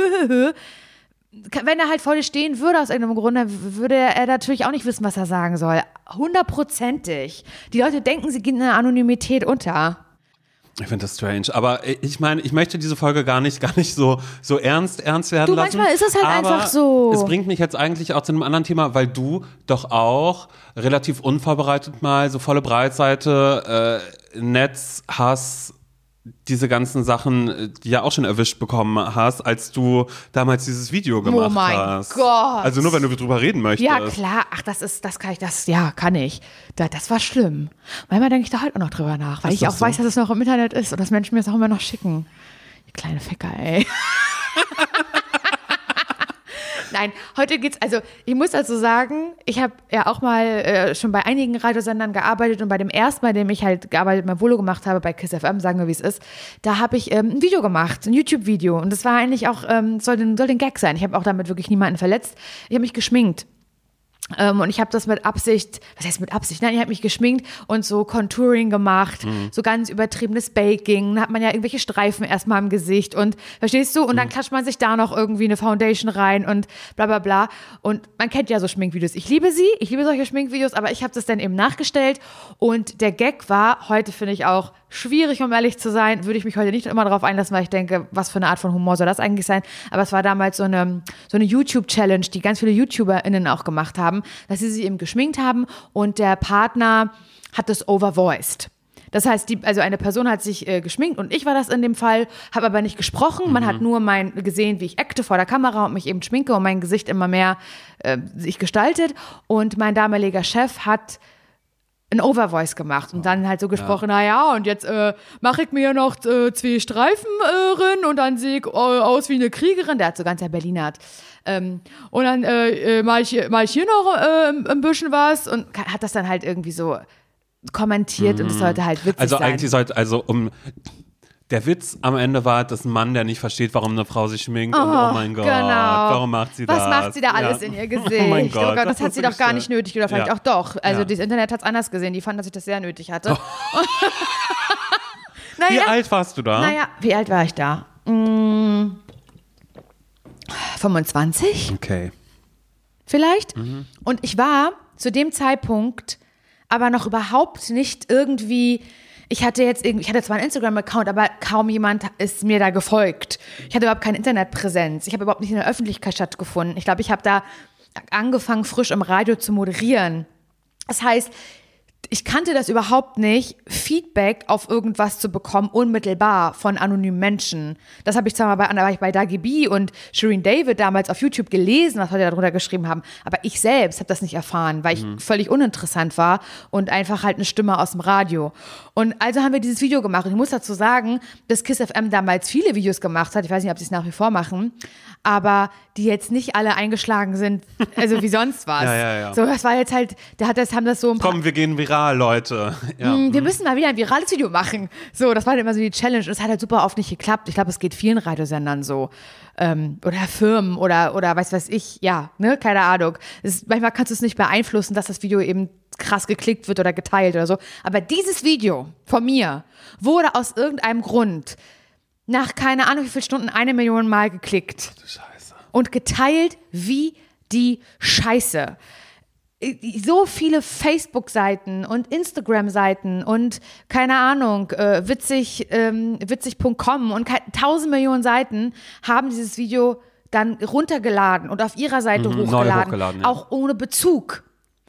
wenn er halt vor dir stehen würde aus irgendeinem Grund, dann würde er natürlich auch nicht wissen, was er sagen soll. Hundertprozentig. Die Leute denken, sie gehen in der Anonymität unter. Ich finde das strange, aber ich meine, ich möchte diese Folge gar nicht, gar nicht so, so ernst, ernst werden du, lassen. Manchmal ist es halt aber einfach so. Es bringt mich jetzt eigentlich auch zu einem anderen Thema, weil du doch auch relativ unvorbereitet mal so volle Breitseite, äh, Netz, Hass, diese ganzen Sachen, die ja auch schon erwischt bekommen hast, als du damals dieses Video gemacht hast. Oh mein hast. Gott. Also nur, wenn du drüber reden möchtest. Ja, klar. Ach, das ist, das kann ich, das, ja, kann ich. Da, das war schlimm. Manchmal denke ich da halt auch noch drüber nach, weil ist ich auch so? weiß, dass es noch im Internet ist und dass Menschen mir das auch immer noch schicken. Die kleine Ficker, ey. Nein, heute geht's, also ich muss also sagen, ich habe ja auch mal äh, schon bei einigen Radiosendern gearbeitet und bei dem ersten, bei dem ich halt gearbeitet, mein Volo gemacht habe, bei KISS F M, sagen wir wie es ist, da habe ich ähm, ein Video gemacht, ein YouTube-Video und das war eigentlich auch, ähm, soll, den, soll den Gag sein. Ich habe auch damit wirklich niemanden verletzt. Ich habe mich geschminkt. Ähm, und ich habe das mit Absicht, was heißt mit Absicht? Nein, ich habe mich geschminkt und so Contouring gemacht, mhm. so ganz übertriebenes Baking. Da hat man ja irgendwelche Streifen erstmal im Gesicht und, verstehst du? Und mhm. dann klatscht man sich da noch irgendwie eine Foundation rein und bla bla bla. Und man kennt ja so Schminkvideos. Ich liebe sie, ich liebe solche Schminkvideos, aber ich habe das dann eben nachgestellt. Und der Gag war, heute finde ich auch schwierig, um ehrlich zu sein, würde ich mich heute nicht immer darauf einlassen, weil ich denke, was für eine Art von Humor soll das eigentlich sein? Aber es war damals so eine, so eine YouTube-Challenge, die ganz viele YouTuberInnen auch gemacht haben, dass sie sich eben geschminkt haben und der Partner hat das overvoiced. Das heißt, die, also eine Person hat sich äh, geschminkt und ich war das in dem Fall, habe aber nicht gesprochen. Man mhm. hat nur mein gesehen, wie ich acte vor der Kamera und mich eben schminke und mein Gesicht immer mehr äh, sich gestaltet. Und mein damaliger Chef hat ein Overvoice gemacht und dann halt so gesprochen, ja. naja, und jetzt äh, mache ich mir noch äh, zwei Streifen äh, rein und dann sehe ich äh, aus wie eine Kriegerin, der hat so ganz ja Berlinert. Ähm, und dann äh, mache ich, mach ich hier noch äh, ein bisschen was und hat das dann halt irgendwie so kommentiert mhm. und es sollte halt witzig also sein. Also eigentlich sollte, also um der Witz am Ende war, dass ein Mann, der nicht versteht, warum eine Frau sich schminkt oh, und oh mein Gott, genau. warum macht sie Was das? Was macht sie da alles ja. in ihr Gesicht? Oh mein Gott, oh Gott das, das hat sie doch gar nicht nötig oder vielleicht ja. auch doch. Also ja. das Internet hat es anders gesehen, die fanden, dass ich das sehr nötig hatte. Oh. naja, wie alt warst du da? Naja, wie alt war ich da? Hm, fünfundzwanzig? Okay. Vielleicht? Mhm. Und ich war zu dem Zeitpunkt aber noch überhaupt nicht irgendwie, ich hatte jetzt irgendwie, ich hatte zwar einen Instagram-Account, aber kaum jemand ist mir da gefolgt. Ich hatte überhaupt keine Internetpräsenz. Ich habe überhaupt nicht in der Öffentlichkeit stattgefunden. Ich glaube, ich habe da angefangen, frisch im Radio zu moderieren. Das heißt, ich kannte das überhaupt nicht, Feedback auf irgendwas zu bekommen, unmittelbar von anonymen Menschen. Das habe ich zwar mal bei, da war ich bei Dagi B und Shireen David damals auf YouTube gelesen, was Leute darunter geschrieben haben, aber ich selbst habe das nicht erfahren, weil ich mhm. völlig uninteressant war und einfach halt eine Stimme aus dem Radio. Und also haben wir dieses Video gemacht. Und ich muss dazu sagen, dass KISS F M damals viele Videos gemacht hat, ich weiß nicht, ob sie es nach wie vor machen, aber die jetzt nicht alle eingeschlagen sind, also wie sonst was. ja, ja, ja. So, das war jetzt halt, der hat das, haben das so ein paar Komm, wir gehen viral, Leute. Ja. Wir müssen mal wieder ein virales Video machen. So, das war halt immer so die Challenge. Und es hat halt super oft nicht geklappt. Ich glaube, es geht vielen Radiosendern so. Ähm, oder Firmen oder, oder weiß was ich. Ja, ne, keine Ahnung. Es, manchmal kannst du es nicht beeinflussen, dass das Video eben krass geklickt wird oder geteilt oder so. Aber dieses Video von mir wurde aus irgendeinem Grund nach keine Ahnung wie viele Stunden eine Million Mal geklickt. Du Scheiße. Und geteilt wie die Scheiße. So viele Facebook-Seiten und Instagram-Seiten und keine Ahnung, äh, witzig, ähm, witzig Punkt com und tausend Millionen Seiten haben dieses Video dann runtergeladen und auf ihrer Seite mhm, hochgeladen, hochgeladen ja. auch ohne Bezug.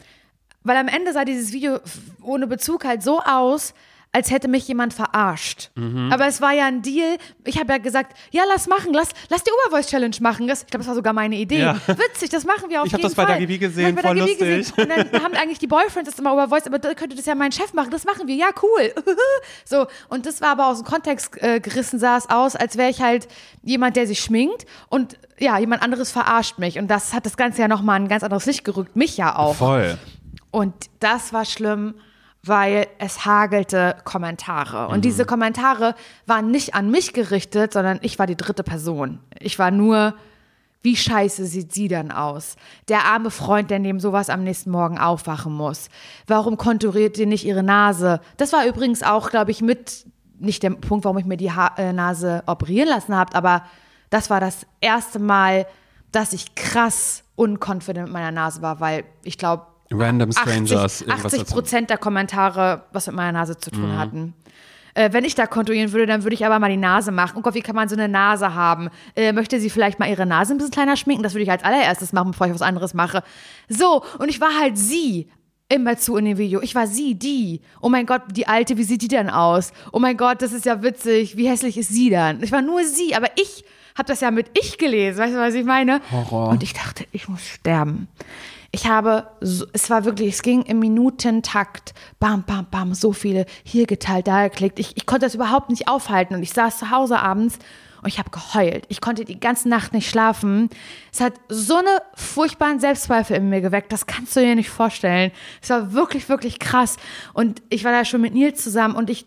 Weil am Ende sah dieses Video ohne Bezug halt so aus, als hätte mich jemand verarscht. Mhm. Aber es war ja ein Deal. Ich habe ja gesagt, ja, lass machen, lass, lass die Overvoice-Challenge machen. Das, ich glaube, das war sogar meine Idee. Ja. Witzig, das machen wir auf ich jeden Fall. Ich habe das bei Dagi B gesehen, voll lustig. Gesehen. Und dann haben eigentlich die Boyfriends das immer Overvoice, aber da könnte das ja mein Chef machen, das machen wir, ja, cool. So, und das war aber aus dem Kontext äh, gerissen, sah es aus, als wäre ich halt jemand, der sich schminkt und ja, jemand anderes verarscht mich. Und das hat das Ganze ja nochmal ein ganz anderes Licht gerückt, mich ja auch. Voll. Und das war schlimm, weil es hagelte Kommentare. Und mhm. diese Kommentare waren nicht an mich gerichtet, sondern ich war die dritte Person. Ich war nur, wie scheiße sieht sie dann aus? Der arme Freund, der neben sowas am nächsten Morgen aufwachen muss. Warum konturiert ihr nicht ihre Nase? Das war übrigens auch, glaube ich, mit, nicht der Punkt, warum ich mir die ha- äh, Nase operieren lassen habe, aber das war das erste Mal, dass ich krass unconfident mit meiner Nase war, weil ich glaube, Random Strangers. achtzig Prozent der Kommentare, was mit meiner Nase zu tun mhm. hatten. Äh, wenn ich da konturieren würde, dann würde ich aber mal die Nase machen. Oh Gott, wie kann man so eine Nase haben? Äh, möchte sie vielleicht mal ihre Nase ein bisschen kleiner schminken? Das würde ich als allererstes machen, bevor ich was anderes mache. So, und ich war halt sie. Immer zu in dem Video. Ich war sie, die. Oh mein Gott, die Alte, wie sieht die denn aus? Oh mein Gott, das ist ja witzig. Wie hässlich ist sie dann? Ich war nur sie, aber ich habe das ja mit ich gelesen. Weißt du, was ich meine? Horror. Und ich dachte, ich muss sterben. Ich habe, so, es war wirklich, es ging im Minutentakt, bam, bam, bam, so viele, hier geteilt, da geklickt. Ich, ich konnte das überhaupt nicht aufhalten und ich saß zu Hause abends und ich habe geheult. Ich konnte die ganze Nacht nicht schlafen. Es hat so eine furchtbaren Selbstzweifel in mir geweckt, das kannst du dir nicht vorstellen. Es war wirklich, wirklich krass und ich war da schon mit Nils zusammen und ich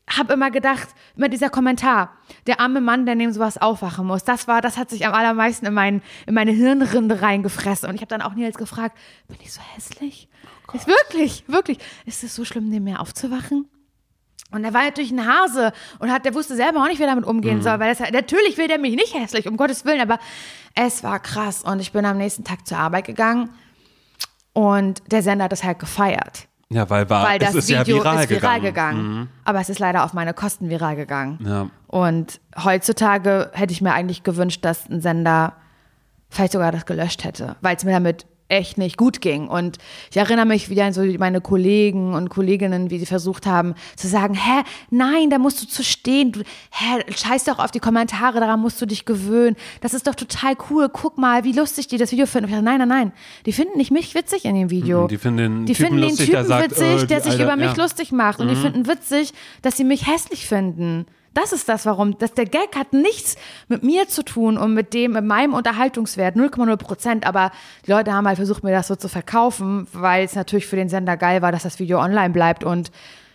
habe immer gedacht, immer dieser Kommentar, der arme Mann, der neben sowas aufwachen muss, das war, das hat sich am allermeisten in, mein, in meine Hirnrinde reingefressen. Und ich habe dann auch Nils gefragt, bin ich so hässlich? Oh ist wirklich, wirklich, ist es so schlimm, neben mir aufzuwachen? Und er war natürlich ein Hase und hat, der wusste selber auch nicht, wie er damit umgehen mhm. soll, weil das, natürlich will der mich nicht hässlich, um Gottes Willen, aber es war krass. Und ich bin am nächsten Tag zur Arbeit gegangen und der Sender hat das halt gefeiert. Ja, weil, war, weil das es ist Video ja viral ist viral gegangen. gegangen. Mhm. Aber es ist leider auf meine Kosten viral gegangen. Ja. Und heutzutage hätte ich mir eigentlich gewünscht, dass ein Sender vielleicht sogar das gelöscht hätte, weil es mir damit echt nicht gut ging. Und ich erinnere mich wieder an so meine Kollegen und Kolleginnen, wie sie versucht haben zu sagen, hä, nein, da musst du zu stehen, du, hä, scheiß doch auf die Kommentare, daran musst du dich gewöhnen. Das ist doch total cool, guck mal, wie lustig die das Video finden. Und ich dachte, nein, nein, nein, die finden nicht mich witzig in dem Video. Die finden den die Typen, finden den lustig, Typen der, sagt, witzig, oh, der sich Alter, über mich ja. lustig macht. Und mhm. die finden witzig, dass sie mich hässlich finden. Das ist das, warum. Das, der Gag hat nichts mit mir zu tun und mit dem, mit meinem Unterhaltungswert, null Komma null Prozent. Aber die Leute haben halt versucht, mir das so zu verkaufen, weil es natürlich für den Sender geil war, dass das Video online bleibt. Und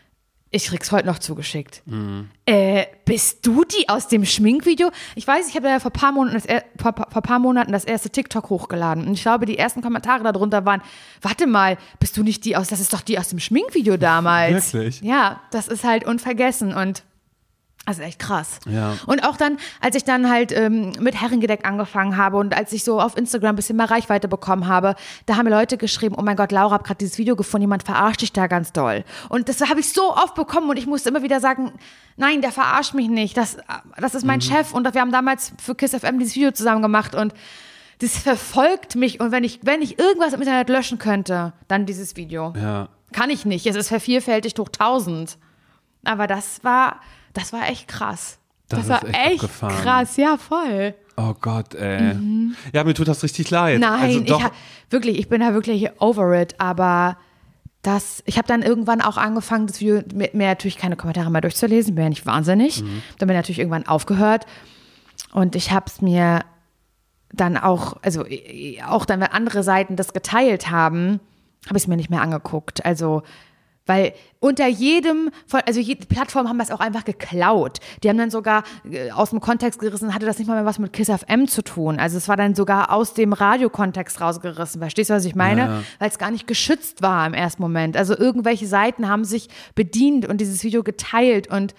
ich krieg's heute noch zugeschickt. Mhm. Äh, bist du die aus dem Schminkvideo? Ich weiß, ich habe ja vor ein paar Monaten das, er- vor, vor paar Monaten das erste TikTok hochgeladen. Und ich glaube, die ersten Kommentare darunter waren, warte mal, bist du nicht die aus, das ist doch die aus dem Schminkvideo damals. Wirklich? Ja, das ist halt unvergessen und das ist echt krass. Ja. Und auch dann, als ich dann halt ähm, mit Herrengedeck angefangen habe und als ich so auf Instagram ein bisschen mehr Reichweite bekommen habe, da haben mir Leute geschrieben, oh mein Gott, Laura, hab gerade dieses Video gefunden, jemand verarscht dich da ganz doll. Und das habe ich so oft bekommen und ich musste immer wieder sagen, nein, der verarscht mich nicht, das, das ist mein mhm. Chef und wir haben damals für KISS F M dieses Video zusammen gemacht und das verfolgt mich und wenn ich, wenn ich irgendwas im Internet löschen könnte, dann dieses Video. Ja. Kann ich nicht, es ist vervielfältigt hoch tausend. Aber das war... Das war echt krass. Das, das war ist echt, echt abgefahren. krass, ja, voll. Oh Gott, ey. Mhm. Ja, mir tut das richtig leid. Nein, also doch, ich ha- wirklich, ich bin da wirklich over it, aber das, ich habe dann irgendwann auch angefangen, das Video, mir, mir natürlich keine Kommentare mehr durchzulesen, bin ja nicht wahnsinnig. Mhm. Dann bin ich natürlich irgendwann aufgehört und ich habe es mir dann auch, also auch dann, wenn andere Seiten das geteilt haben, habe ich es mir nicht mehr angeguckt. Also weil unter jedem, also jede Plattform haben das auch einfach geklaut. Die haben dann sogar aus dem Kontext gerissen, hatte das nicht mal mehr was mit KISS F M zu tun. Also es war dann sogar aus dem Radiokontext rausgerissen. Verstehst du, was ich meine? Ja. Weil es gar nicht geschützt war im ersten Moment. Also irgendwelche Seiten haben sich bedient und dieses Video geteilt und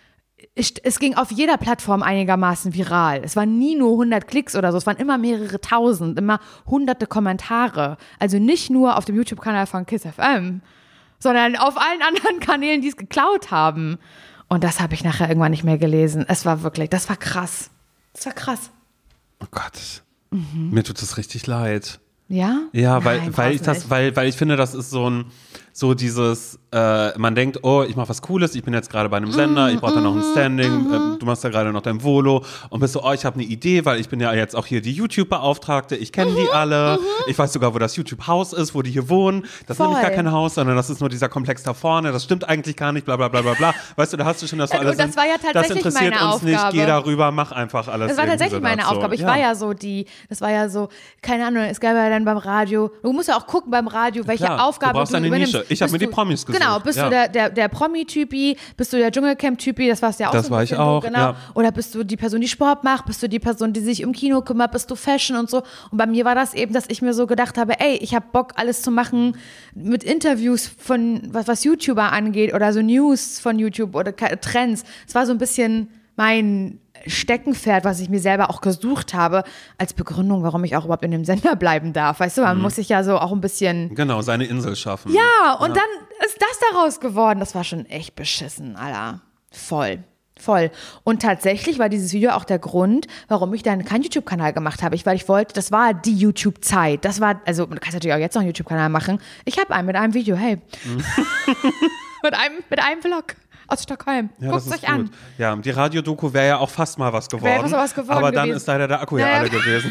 es ging auf jeder Plattform einigermaßen viral. Es waren nie nur hundert Klicks oder so, es waren immer mehrere tausend, immer hunderte Kommentare. Also nicht nur auf dem YouTube-Kanal von KISS F M, sondern auf allen anderen Kanälen, die es geklaut haben. Und das habe ich nachher irgendwann nicht mehr gelesen. Es war wirklich, das war krass. Das war krass. Oh Gott, mhm. mir tut es richtig leid. Ja? Ja, weil, Nein, weil ich das, weil, weil ich finde, das ist so ein, so dieses, äh, man denkt, oh, ich mache was Cooles, ich bin jetzt gerade bei einem Sender, ich brauche da noch ein Standing, äh, du machst da gerade noch dein Volo und bist so, oh, ich habe eine Idee, weil ich bin ja jetzt auch hier die YouTube-Beauftragte, ich kenne die alle, ich weiß sogar, wo das YouTube-Haus ist, wo die hier wohnen, das Voll. ist nämlich gar kein Haus, sondern das ist nur dieser Komplex da vorne, das stimmt eigentlich gar nicht, bla bla bla bla bla, weißt du, da hast du schon, dass wir Ja, alle und das sind, war ja tatsächlich das interessiert meine uns nicht, Aufgabe. geh darüber, mach einfach alles. Das war tatsächlich so meine dazu. Aufgabe. Ich ja. war ja so die, das war ja so, keine Ahnung, es gab ja dann beim Radio, du musst ja auch gucken beim Radio, welche Klar, Aufgabe du brauchst du eine übernimmst. Nische. Ich habe mir die du, Promis gesucht. Genau, bist ja. du der, der, der Promi-Typi, bist du der Dschungelcamp-Typi, das warst ja auch das so ein war bisschen ich auch, so, genau. Ja. Oder bist du die Person, die Sport macht, bist du die Person, die sich um Kino kümmert, bist du Fashion und so. Und bei mir war das eben, dass ich mir so gedacht habe, ey, ich habe Bock, alles zu machen mit Interviews von, was, was YouTuber angeht oder so News von YouTube oder Trends. Es war so ein bisschen mein Steckenpferd, was ich mir selber auch gesucht habe, als Begründung, warum ich auch überhaupt in dem Sender bleiben darf. Weißt du, man mhm. muss sich ja so auch ein bisschen... Genau, seine Insel schaffen. Ja, und ja. dann ist das daraus geworden. Das war schon echt beschissen, Alter. Voll. Voll. Und tatsächlich war dieses Video auch der Grund, warum ich dann keinen YouTube-Kanal gemacht habe. Ich, weil ich wollte, das war die YouTube-Zeit. Das war, also du kannst natürlich auch jetzt noch einen YouTube-Kanal machen. Ich habe einen mit einem Video, hey. Mhm. mit, einem, mit einem Vlog. Aus Stockholm. Ja, Guckt euch an. Ja, die Radiodoku wäre ja auch fast mal was geworden. Wäre fast was geworden aber dann gewesen. ist leider der Akku ja, ja alle gewesen.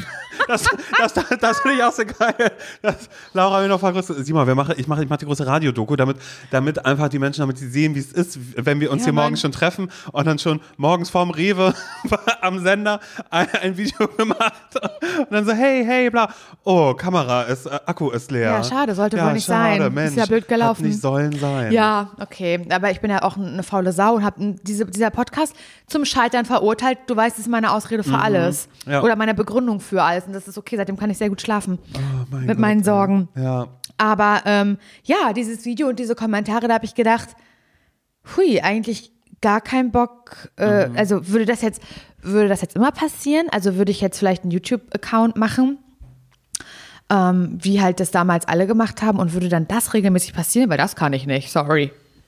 Das, das, das, das finde ich auch so geil. Das, Laura will noch vergrößern. Sieh mal, wir machen, ich mache ich mach die große Radiodoku, damit, damit einfach die Menschen, damit sie sehen, wie es ist, wenn wir uns ja, hier Mann. morgen schon treffen und dann schon morgens vorm Rewe am Sender ein, ein Video gemacht und dann so, hey, hey, bla. Oh, Kamera ist, äh, Akku ist leer. Ja, schade, sollte ja, wohl nicht schade, sein. Mensch, ist ja blöd gelaufen. Hat nicht sollen sein. Ja, okay. Aber ich bin ja auch eine faule Sau und habe diese, dieser Podcast zum Scheitern verurteilt. Du weißt, das ist meine Ausrede für mhm. alles. Ja. Oder meine Begründung für alles. Und das ist okay, seitdem kann ich sehr gut schlafen. Oh, mein mit Gott, meinen Sorgen. Ja. Aber ähm, ja, dieses Video und diese Kommentare, da habe ich gedacht, hui, eigentlich gar keinen Bock. Äh, mhm. Also würde das jetzt, würde das jetzt immer passieren? Also würde ich jetzt vielleicht einen YouTube-Account machen? Ähm, wie halt das damals alle gemacht haben und würde dann das regelmäßig passieren, weil das kann ich nicht, sorry.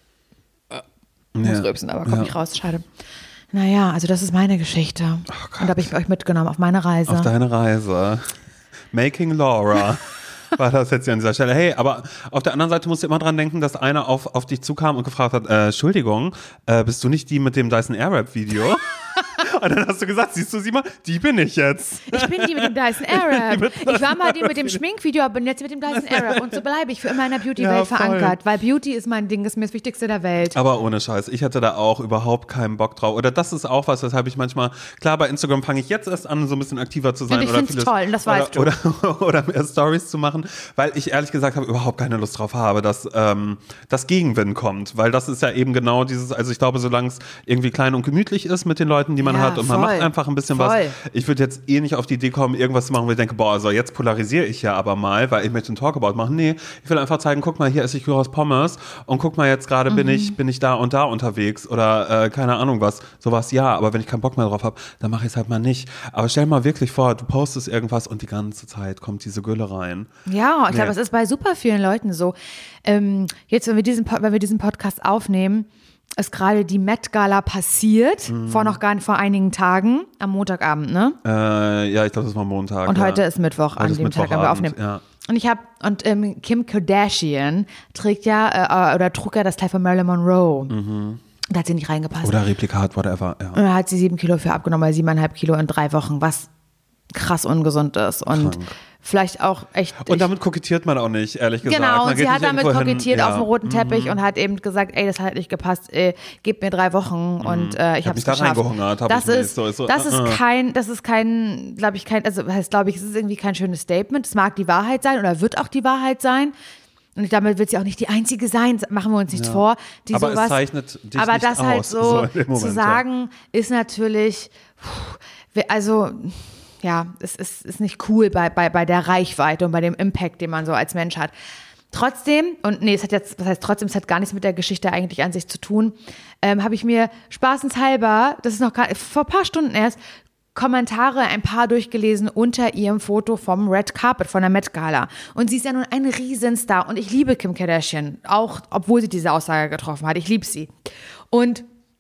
Äh, muss ja. rülpsen, aber komm ja. nicht raus, schade. Naja, also das ist meine Geschichte. Oh und da habe ich euch mitgenommen auf meine Reise. Auf deine Reise. Making Laura. War das jetzt hier an dieser Stelle. Hey, aber auf der anderen Seite musst du immer dran denken, dass einer auf, auf dich zukam und gefragt hat, äh, Entschuldigung, äh, bist du nicht die mit dem Dyson Airwrap-Video? Und dann hast du gesagt, siehst du sie mal, die bin ich jetzt. Ich bin die mit dem Dyson Airwrap. Ich war mal die mit dem Schminkvideo, aber bin jetzt mit dem Dyson Airwrap. Und so bleibe ich für immer in der Beauty-Welt ja, verankert, weil Beauty ist mein Ding, ist mir das Wichtigste der Welt. Aber ohne Scheiß, ich hätte da auch überhaupt keinen Bock drauf. Oder das ist auch was, weshalb ich manchmal, klar, bei Instagram fange ich jetzt erst an, so ein bisschen aktiver zu sein. Und ich finde es toll, und das weißt oder, du. Oder, oder mehr Stories zu machen, weil ich ehrlich gesagt habe, überhaupt keine Lust drauf habe, dass ähm, das Gegenwind kommt. Weil das ist ja eben genau dieses, also ich glaube, solange es irgendwie klein und gemütlich ist mit den Leuten, die man ja, hat und man voll. macht einfach ein bisschen voll. was. Ich würde jetzt eh nicht auf die Idee kommen, irgendwas zu machen, wo ich denke, boah, also jetzt polarisiere ich ja aber mal, weil ich möchte einen Talkabout machen. Nee, ich will einfach zeigen, guck mal, hier esse ich Gyros Pommes und guck mal, jetzt gerade mhm. bin ich bin ich da und da unterwegs oder äh, keine Ahnung was. Sowas ja, aber wenn ich keinen Bock mehr drauf habe, dann mache ich es halt mal nicht. Aber stell mal wirklich vor, du postest irgendwas und die ganze Zeit kommt diese Gülle rein. Ja, ich nee. glaube, es ist bei super vielen Leuten so. Ähm, jetzt, wenn wir diesen, wenn wir diesen Podcast aufnehmen, ist gerade die Met-Gala passiert, mhm. vor noch gar nicht, vor einigen Tagen, am Montagabend, ne? Äh, ja, ich glaube, das war Montag. Und ja. heute ist Mittwoch, heute an ist dem Tag, an wir aufnehmen. Ja. Und ich habe, und ähm, Kim Kardashian trägt ja, äh, oder trug ja das Kleid von Marilyn Monroe. Mhm. Da hat sie nicht reingepasst. Oder Replikat, whatever, ja. Und da hat sie sieben Kilo für abgenommen, weil siebeneinhalb Kilo in drei Wochen, was krass ungesund ist. Und Krank. vielleicht auch echt. Und damit kokettiert man auch nicht, ehrlich gesagt. Genau, man und sie hat damit kokettiert ja. auf dem roten Teppich mhm. und hat eben gesagt, ey, das hat nicht gepasst, ey, gib mir drei Wochen mhm. und äh, ich, ich habe es hab geschafft. Da reingehungert, hab das ich ist, so, so, das uh, ist uh. kein, das ist kein, glaube ich, kein, also heißt, glaube ich, es ist irgendwie kein schönes Statement. Es mag die Wahrheit sein oder wird auch die Wahrheit sein. Und damit wird sie auch nicht die einzige sein, machen wir uns nicht ja. vor, die aber sowas. Es zeichnet dich aber nicht das aus, halt so, so Moment, zu sagen, ja. ist natürlich, pff, also ja, es ist, ist nicht cool bei, bei, bei der Reichweite und bei dem Impact, den man so als Mensch hat. Trotzdem, und nee, es hat jetzt, was heißt trotzdem, es hat gar nichts mit der Geschichte eigentlich an sich zu tun, ähm, habe ich mir spaßenshalber, das ist noch gar, vor ein paar Stunden erst, Kommentare ein paar durchgelesen unter ihrem Foto vom Red Carpet, von der Met Gala. Und sie ist ja nun ein Riesenstar. Und ich liebe Kim Kardashian, auch obwohl sie diese Aussage getroffen hat. Ich liebe sie. Und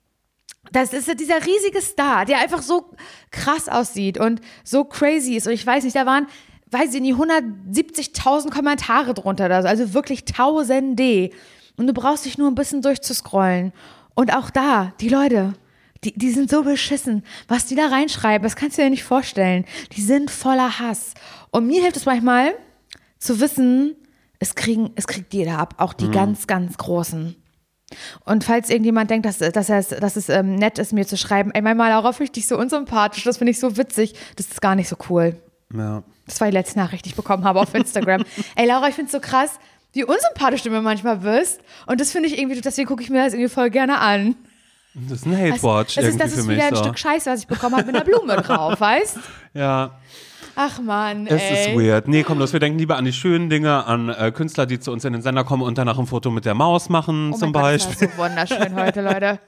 das ist ja dieser riesige Star, der einfach so krass aussieht und so crazy ist. Und ich weiß nicht, da waren, weiß ich nicht, hundertsiebzigtausend Kommentare drunter. Also wirklich Tausende. Und du brauchst dich nur ein bisschen durchzuscrollen. Und auch da, die Leute... Die, die sind so beschissen. Was die da reinschreiben, das kannst du dir nicht vorstellen. Die sind voller Hass. Und mir hilft es manchmal zu wissen, es, kriegen, es kriegt jeder ab, auch die mhm. ganz, ganz Großen. Und falls irgendjemand denkt, dass, dass, es, dass es ähm, nett ist, mir zu schreiben, ey, manchmal, Laura, finde ich dich so unsympathisch, das finde ich so witzig, das ist gar nicht so cool. Ja. Das war die letzte Nachricht, die ich bekommen habe auf Instagram. Ey, Laura, ich finde es so krass, wie unsympathisch du mir manchmal bist. Und das finde ich irgendwie, deswegen gucke ich mir das irgendwie voll gerne an. Das ist ein Hate-Watch irgendwie für mich. Das ist wieder ein so. Stück Scheiße, was ich bekommen habe mit einer Blume drauf, weißt? Ja. Ach Mann, Es ey. ist weird. Nee, komm los, wir denken lieber an die schönen Dinge, an äh, Künstler, die zu uns in den Sender kommen und danach ein Foto mit der Maus machen, oh zum mein Beispiel. Gott, das ist so wunderschön heute, Leute.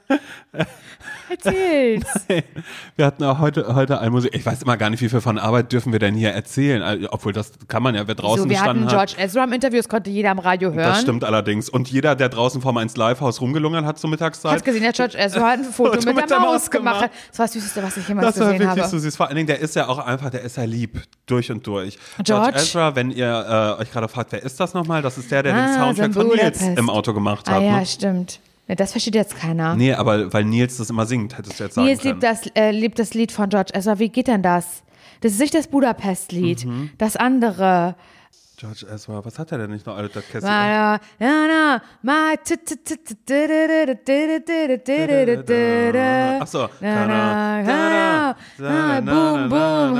Erzähl's. Nein. Wir hatten auch heute, heute ein Musik. Ich weiß immer gar nicht, wie viel von Arbeit dürfen wir denn hier erzählen. Also, obwohl, das kann man ja, wer draußen so, wir gestanden hatten hat. George Ezra im Interview, das konnte jeder am Radio hören. Das stimmt allerdings. Und jeder, der draußen vorm eins Live-Haus rumgelungert hat zur Mittagszeit. Hast gesehen, der George Ezra hat ein Foto mit, mit der, der Maus gemacht. gemacht. Das war das Süßeste, was ich jemals das war gesehen wirklich habe. so süß. Vor allen Dingen, der ist ja auch einfach, der ist ja lieb. Durch und durch. George, George Ezra, wenn ihr äh, euch gerade fragt, wer ist das nochmal? Das ist der, der ah, den Soundtrack von Nils Budapest. im Auto gemacht hat. Ah ja, ne? stimmt. Ja, das versteht jetzt keiner. Nee, aber weil Nils das immer singt, hättest du jetzt sagen Nils können. Nils liebt das, äh, liebt das Lied von George Ezra. Wie geht denn das? Das ist nicht das Budapest-Lied. Mhm. Das andere. George Ezra, was hat er denn nicht noch? Alter, Kästchen. Na, na, na, Ach so. Boom, boom.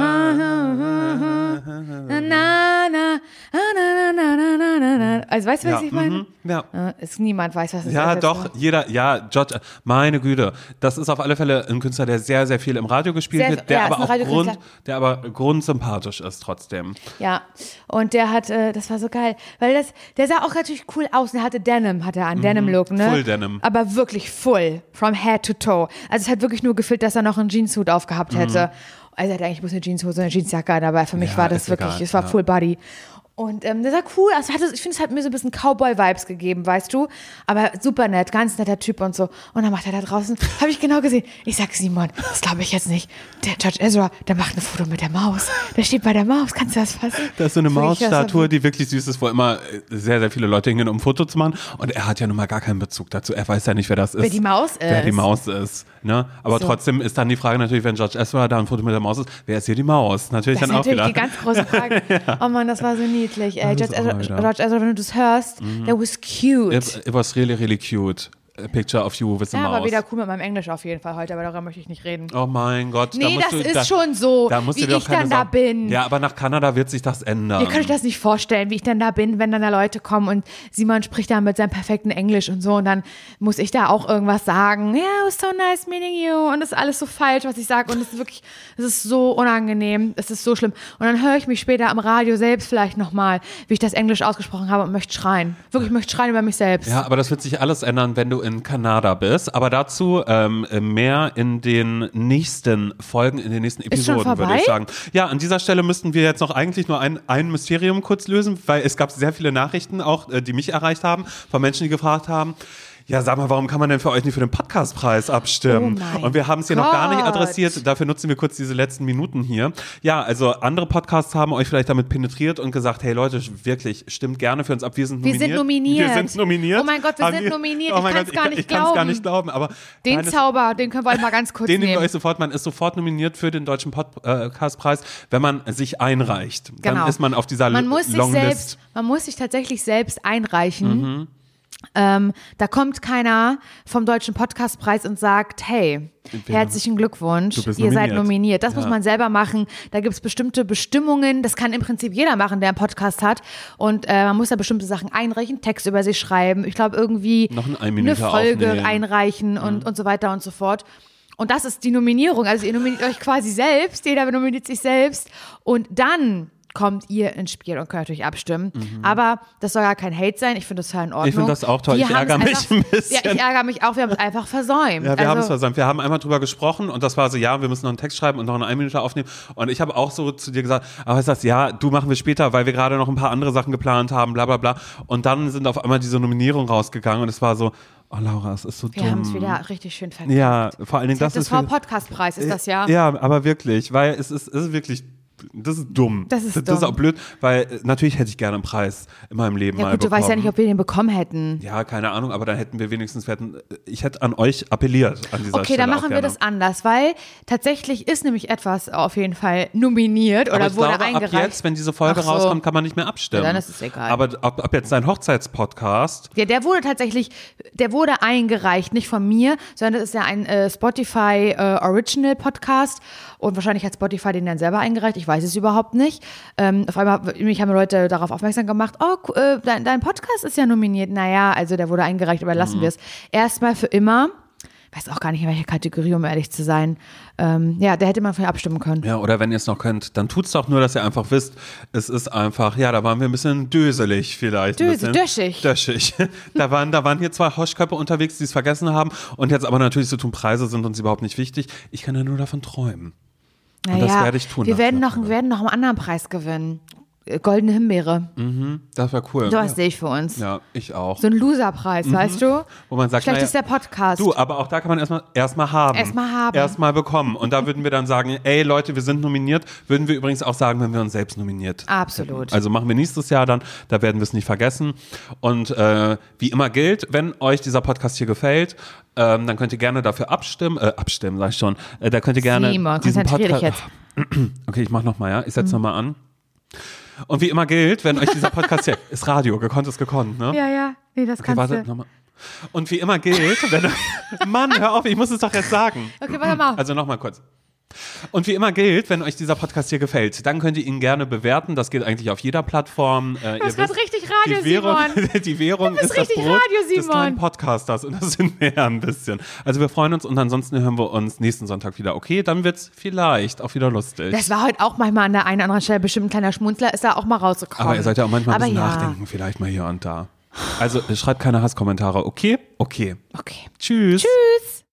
Also weißt du, was ja, ich meine? Ja. Ist, niemand weiß, was es ja, ist. Ja, doch, jeder, ja, George, meine Güte. Das ist auf alle Fälle ein Künstler, der sehr, sehr viel im Radio gespielt sehr, wird, der, ja, aber auch Grund, der aber grundsympathisch ist trotzdem. Ja, und der hat, äh, das war so geil, weil das, der sah auch natürlich cool aus. Der hatte Denim, hatte er an, mhm. Denim-Look, ne? Full Denim. Aber wirklich full, from head to toe. Also es hat wirklich nur gefehlt, dass er noch einen Jeansuit aufgehabt hätte. Mhm. Also er hatte eigentlich bloß eine Jeanshose, eine Jeansjacke, aber für mich ja, war das wirklich, egal. Es war ja. Full Body. Und ähm, das war cool, also hatte, ich finde, es hat mir so ein bisschen Cowboy-Vibes gegeben, weißt du, aber super nett, ganz netter Typ und so. Und dann macht er da draußen, habe ich genau gesehen, ich sag Simon, das glaube ich jetzt nicht, der George Ezra, der macht ein Foto mit der Maus, der steht bei der Maus, kannst du das fassen? Das ist so eine Mausstatue, die wirklich süß ist, wo immer sehr, sehr viele Leute hingehen, um ein Foto zu machen und er hat ja nun mal gar keinen Bezug dazu, er weiß ja nicht, wer das ist. Wer die Maus ist. Wer die Maus ist, ne? Aber so. Trotzdem ist dann die Frage natürlich, wenn George Ezra da ein Foto mit der Maus ist, wer ist hier die Maus? Natürlich das dann auch wieder. Das ist natürlich die ganz große Frage. ja. Oh Mann, das war so niedlich, ey, George Ezra, George Ezra, wenn du das hörst, mhm. that was cute. It, it was really, really cute. A picture of you with the ja, mouse. Ja, war wieder cool mit meinem Englisch auf jeden Fall heute, aber darüber möchte ich nicht reden. Oh mein Gott. Nee, da das du, ist da, schon so, da wie ich dann da bin. Ja, aber nach Kanada wird sich das ändern. Ihr könnt euch das nicht vorstellen, wie ich dann da bin, wenn dann da Leute kommen und Simon spricht da mit seinem perfekten Englisch und so und dann muss ich da auch irgendwas sagen. Ja, yeah, it was so nice meeting you und das ist alles so falsch, was ich sage und es ist wirklich, es ist so unangenehm, es ist so schlimm. Und dann höre ich mich später am Radio selbst vielleicht nochmal, wie ich das Englisch ausgesprochen habe und möchte schreien. Wirklich, ich möchte schreien über mich selbst. Ja, aber das wird sich alles ändern, wenn du in Kanada bist. Aber dazu ähm, mehr in den nächsten Folgen, in den nächsten Episoden, würde ich sagen. Ja, an dieser Stelle müssten wir jetzt noch eigentlich nur ein, ein Mysterium kurz lösen, weil es gab sehr viele Nachrichten auch, die mich erreicht haben, von Menschen, die gefragt haben, ja, sag mal, warum kann man denn für euch nicht für den Podcastpreis abstimmen? Oh und wir haben es hier Gott. noch gar nicht adressiert, dafür nutzen wir kurz diese letzten Minuten hier. Ja, also andere Podcasts haben euch vielleicht damit penetriert und gesagt, hey Leute, wirklich, stimmt gerne für uns ab, wir sind wir nominiert. Sind nominiert. Wir sind nominiert. Oh mein Gott, wir haben sind die, nominiert, oh ich kann es gar nicht ich, ich glauben. Ich kann es gar nicht glauben, aber den nein, Zauber, den können wir euch mal ganz kurz den nehmen. Den nehmen wir euch sofort, man ist sofort nominiert für den deutschen Podcastpreis, wenn man sich einreicht. Genau. Dann ist man auf dieser man muss Longlist. Sich selbst, man muss sich tatsächlich selbst einreichen. Mhm. Ähm, da kommt keiner vom Deutschen Podcastpreis und sagt, hey, herzlichen Glückwunsch, ihr nominiert. seid nominiert. Das ja. muss man selber machen. Da gibt es bestimmte Bestimmungen. Das kann im Prinzip jeder machen, der einen Podcast hat. Und äh, man muss da bestimmte Sachen einreichen, Text über sich schreiben. Ich glaube, irgendwie Noch ein eine Folge aufnehmen. einreichen mhm. und, und so weiter und so fort. Und das ist die Nominierung. Also ihr nominiert euch quasi selbst. Jeder nominiert sich selbst. Und dann kommt ihr ins Spiel und könnt natürlich abstimmen. Mhm. Aber das soll gar kein Hate sein. Ich finde das total in Ordnung. Ich finde das auch toll. Wir ich ärgere mich einfach, ein bisschen. Ja, ich ärgere mich auch. Wir haben es einfach versäumt. Ja, wir also, haben es versäumt. Wir haben einmal drüber gesprochen und das war so, ja, wir müssen noch einen Text schreiben und noch eine Einminute aufnehmen. Und ich habe auch so zu dir gesagt, aber ich sag, ja, du machen wir später, weil wir gerade noch ein paar andere Sachen geplant haben, bla bla bla. Und dann sind auf einmal diese Nominierung rausgegangen und es war so, oh Laura, es ist so wir dumm. Wir haben es wieder richtig schön verkackt. Ja, vor allen Dingen das, das ist... Das Podcastpreis ist das ja. Ja, aber wirklich, weil es ist, es ist wirklich... Das ist dumm. Das ist das, dumm. Das ist auch blöd, weil natürlich hätte ich gerne einen Preis in meinem Leben ja, mal gut, bekommen. Du weißt ja nicht, ob wir den bekommen hätten. Ja, keine Ahnung, aber dann hätten wir wenigstens, wir hätten, ich hätte an euch appelliert an dieser okay, Stelle. Okay, dann machen wir das anders, weil tatsächlich ist nämlich etwas auf jeden Fall nominiert oder aber ich wurde glaube, eingereicht. Ab jetzt, wenn diese Folge so. rauskommt, kann man nicht mehr abstimmen. Ja, dann ist es egal. Aber ab, ab jetzt dein Hochzeitspodcast. Ja, der wurde tatsächlich, der wurde eingereicht, nicht von mir, sondern das ist ja ein äh, Spotify äh, Original Podcast und wahrscheinlich hat Spotify den dann selber eingereicht, ich weiß es überhaupt nicht. Ähm, auf einmal mich haben Leute darauf aufmerksam gemacht, oh, äh, dein, dein Podcast ist ja nominiert. Naja, also der wurde eingereicht, aber lassen mhm. wir es. Erstmal für immer. Ich weiß auch gar nicht, in welcher Kategorie, um ehrlich zu sein. Ähm, ja, da hätte man vorher abstimmen können. Ja, oder wenn ihr es noch könnt, dann tut's doch nur, dass ihr einfach wisst, es ist einfach, ja, da waren wir ein bisschen döselig vielleicht. Döse, döschig. Döschig. da, waren, da waren hier zwei Hoschköpfe unterwegs, die es vergessen haben und jetzt aber natürlich so tun, Preise sind uns überhaupt nicht wichtig. Ich kann ja nur davon träumen. Und naja, das werde ich tun. Wir werden noch, wir werden noch einen anderen Preis gewinnen. Goldene Himbeere. Mhm, das wäre cool. Das ja. sehe ich für uns. Ja, ich auch. So ein Loserpreis, mhm. weißt du? Wo man sagt, schlechtester naja, Podcast. Du, aber auch da kann man erstmal erstmal haben. Erstmal haben. Erstmal bekommen. Und da würden wir dann sagen, ey Leute, wir sind nominiert. Würden wir übrigens auch sagen, wenn wir uns selbst nominiert Absolut. hätten. Also machen wir nächstes Jahr dann. Da werden wir es nicht vergessen. Und äh, wie immer gilt, wenn euch dieser Podcast hier gefällt, ähm, dann könnt ihr gerne dafür abstimmen. Äh, abstimmen, sag ich schon. Äh, da könnt ihr gerne Simon, diesen konzentrier dich Podcast... jetzt. Okay, ich mach nochmal, ja? Ich setze mhm. nochmal an. Und wie immer gilt, wenn euch dieser Podcast hier, ist Radio, gekonnt ist gekonnt, ne? Ja, ja, nee, das okay, kannst warte, du. Nochmal. Und wie immer gilt, wenn Mann, hör auf, ich muss es doch jetzt sagen. Okay, warte mal. Also nochmal kurz. Und wie immer gilt, wenn euch dieser Podcast hier gefällt, dann könnt ihr ihn gerne bewerten. Das geht eigentlich auf jeder Plattform. Äh, du bist gerade richtig Radio, die Währung, Simon. Die Währung du bist ist das richtig Brot Radio, Simon. des kleinen Podcasters. Und das sind wir ja ein bisschen. Also wir freuen uns und ansonsten hören wir uns nächsten Sonntag wieder. Okay, dann wird's vielleicht auch wieder lustig. Das war heute auch manchmal an der einen oder anderen Stelle bestimmt ein kleiner Schmunzler, ist da auch mal rausgekommen. Aber ihr seid ja auch manchmal Aber ein bisschen ja. nachdenken, vielleicht mal hier und da. Also schreibt keine Hasskommentare, okay? Okay. Okay. Tschüss. Tschüss.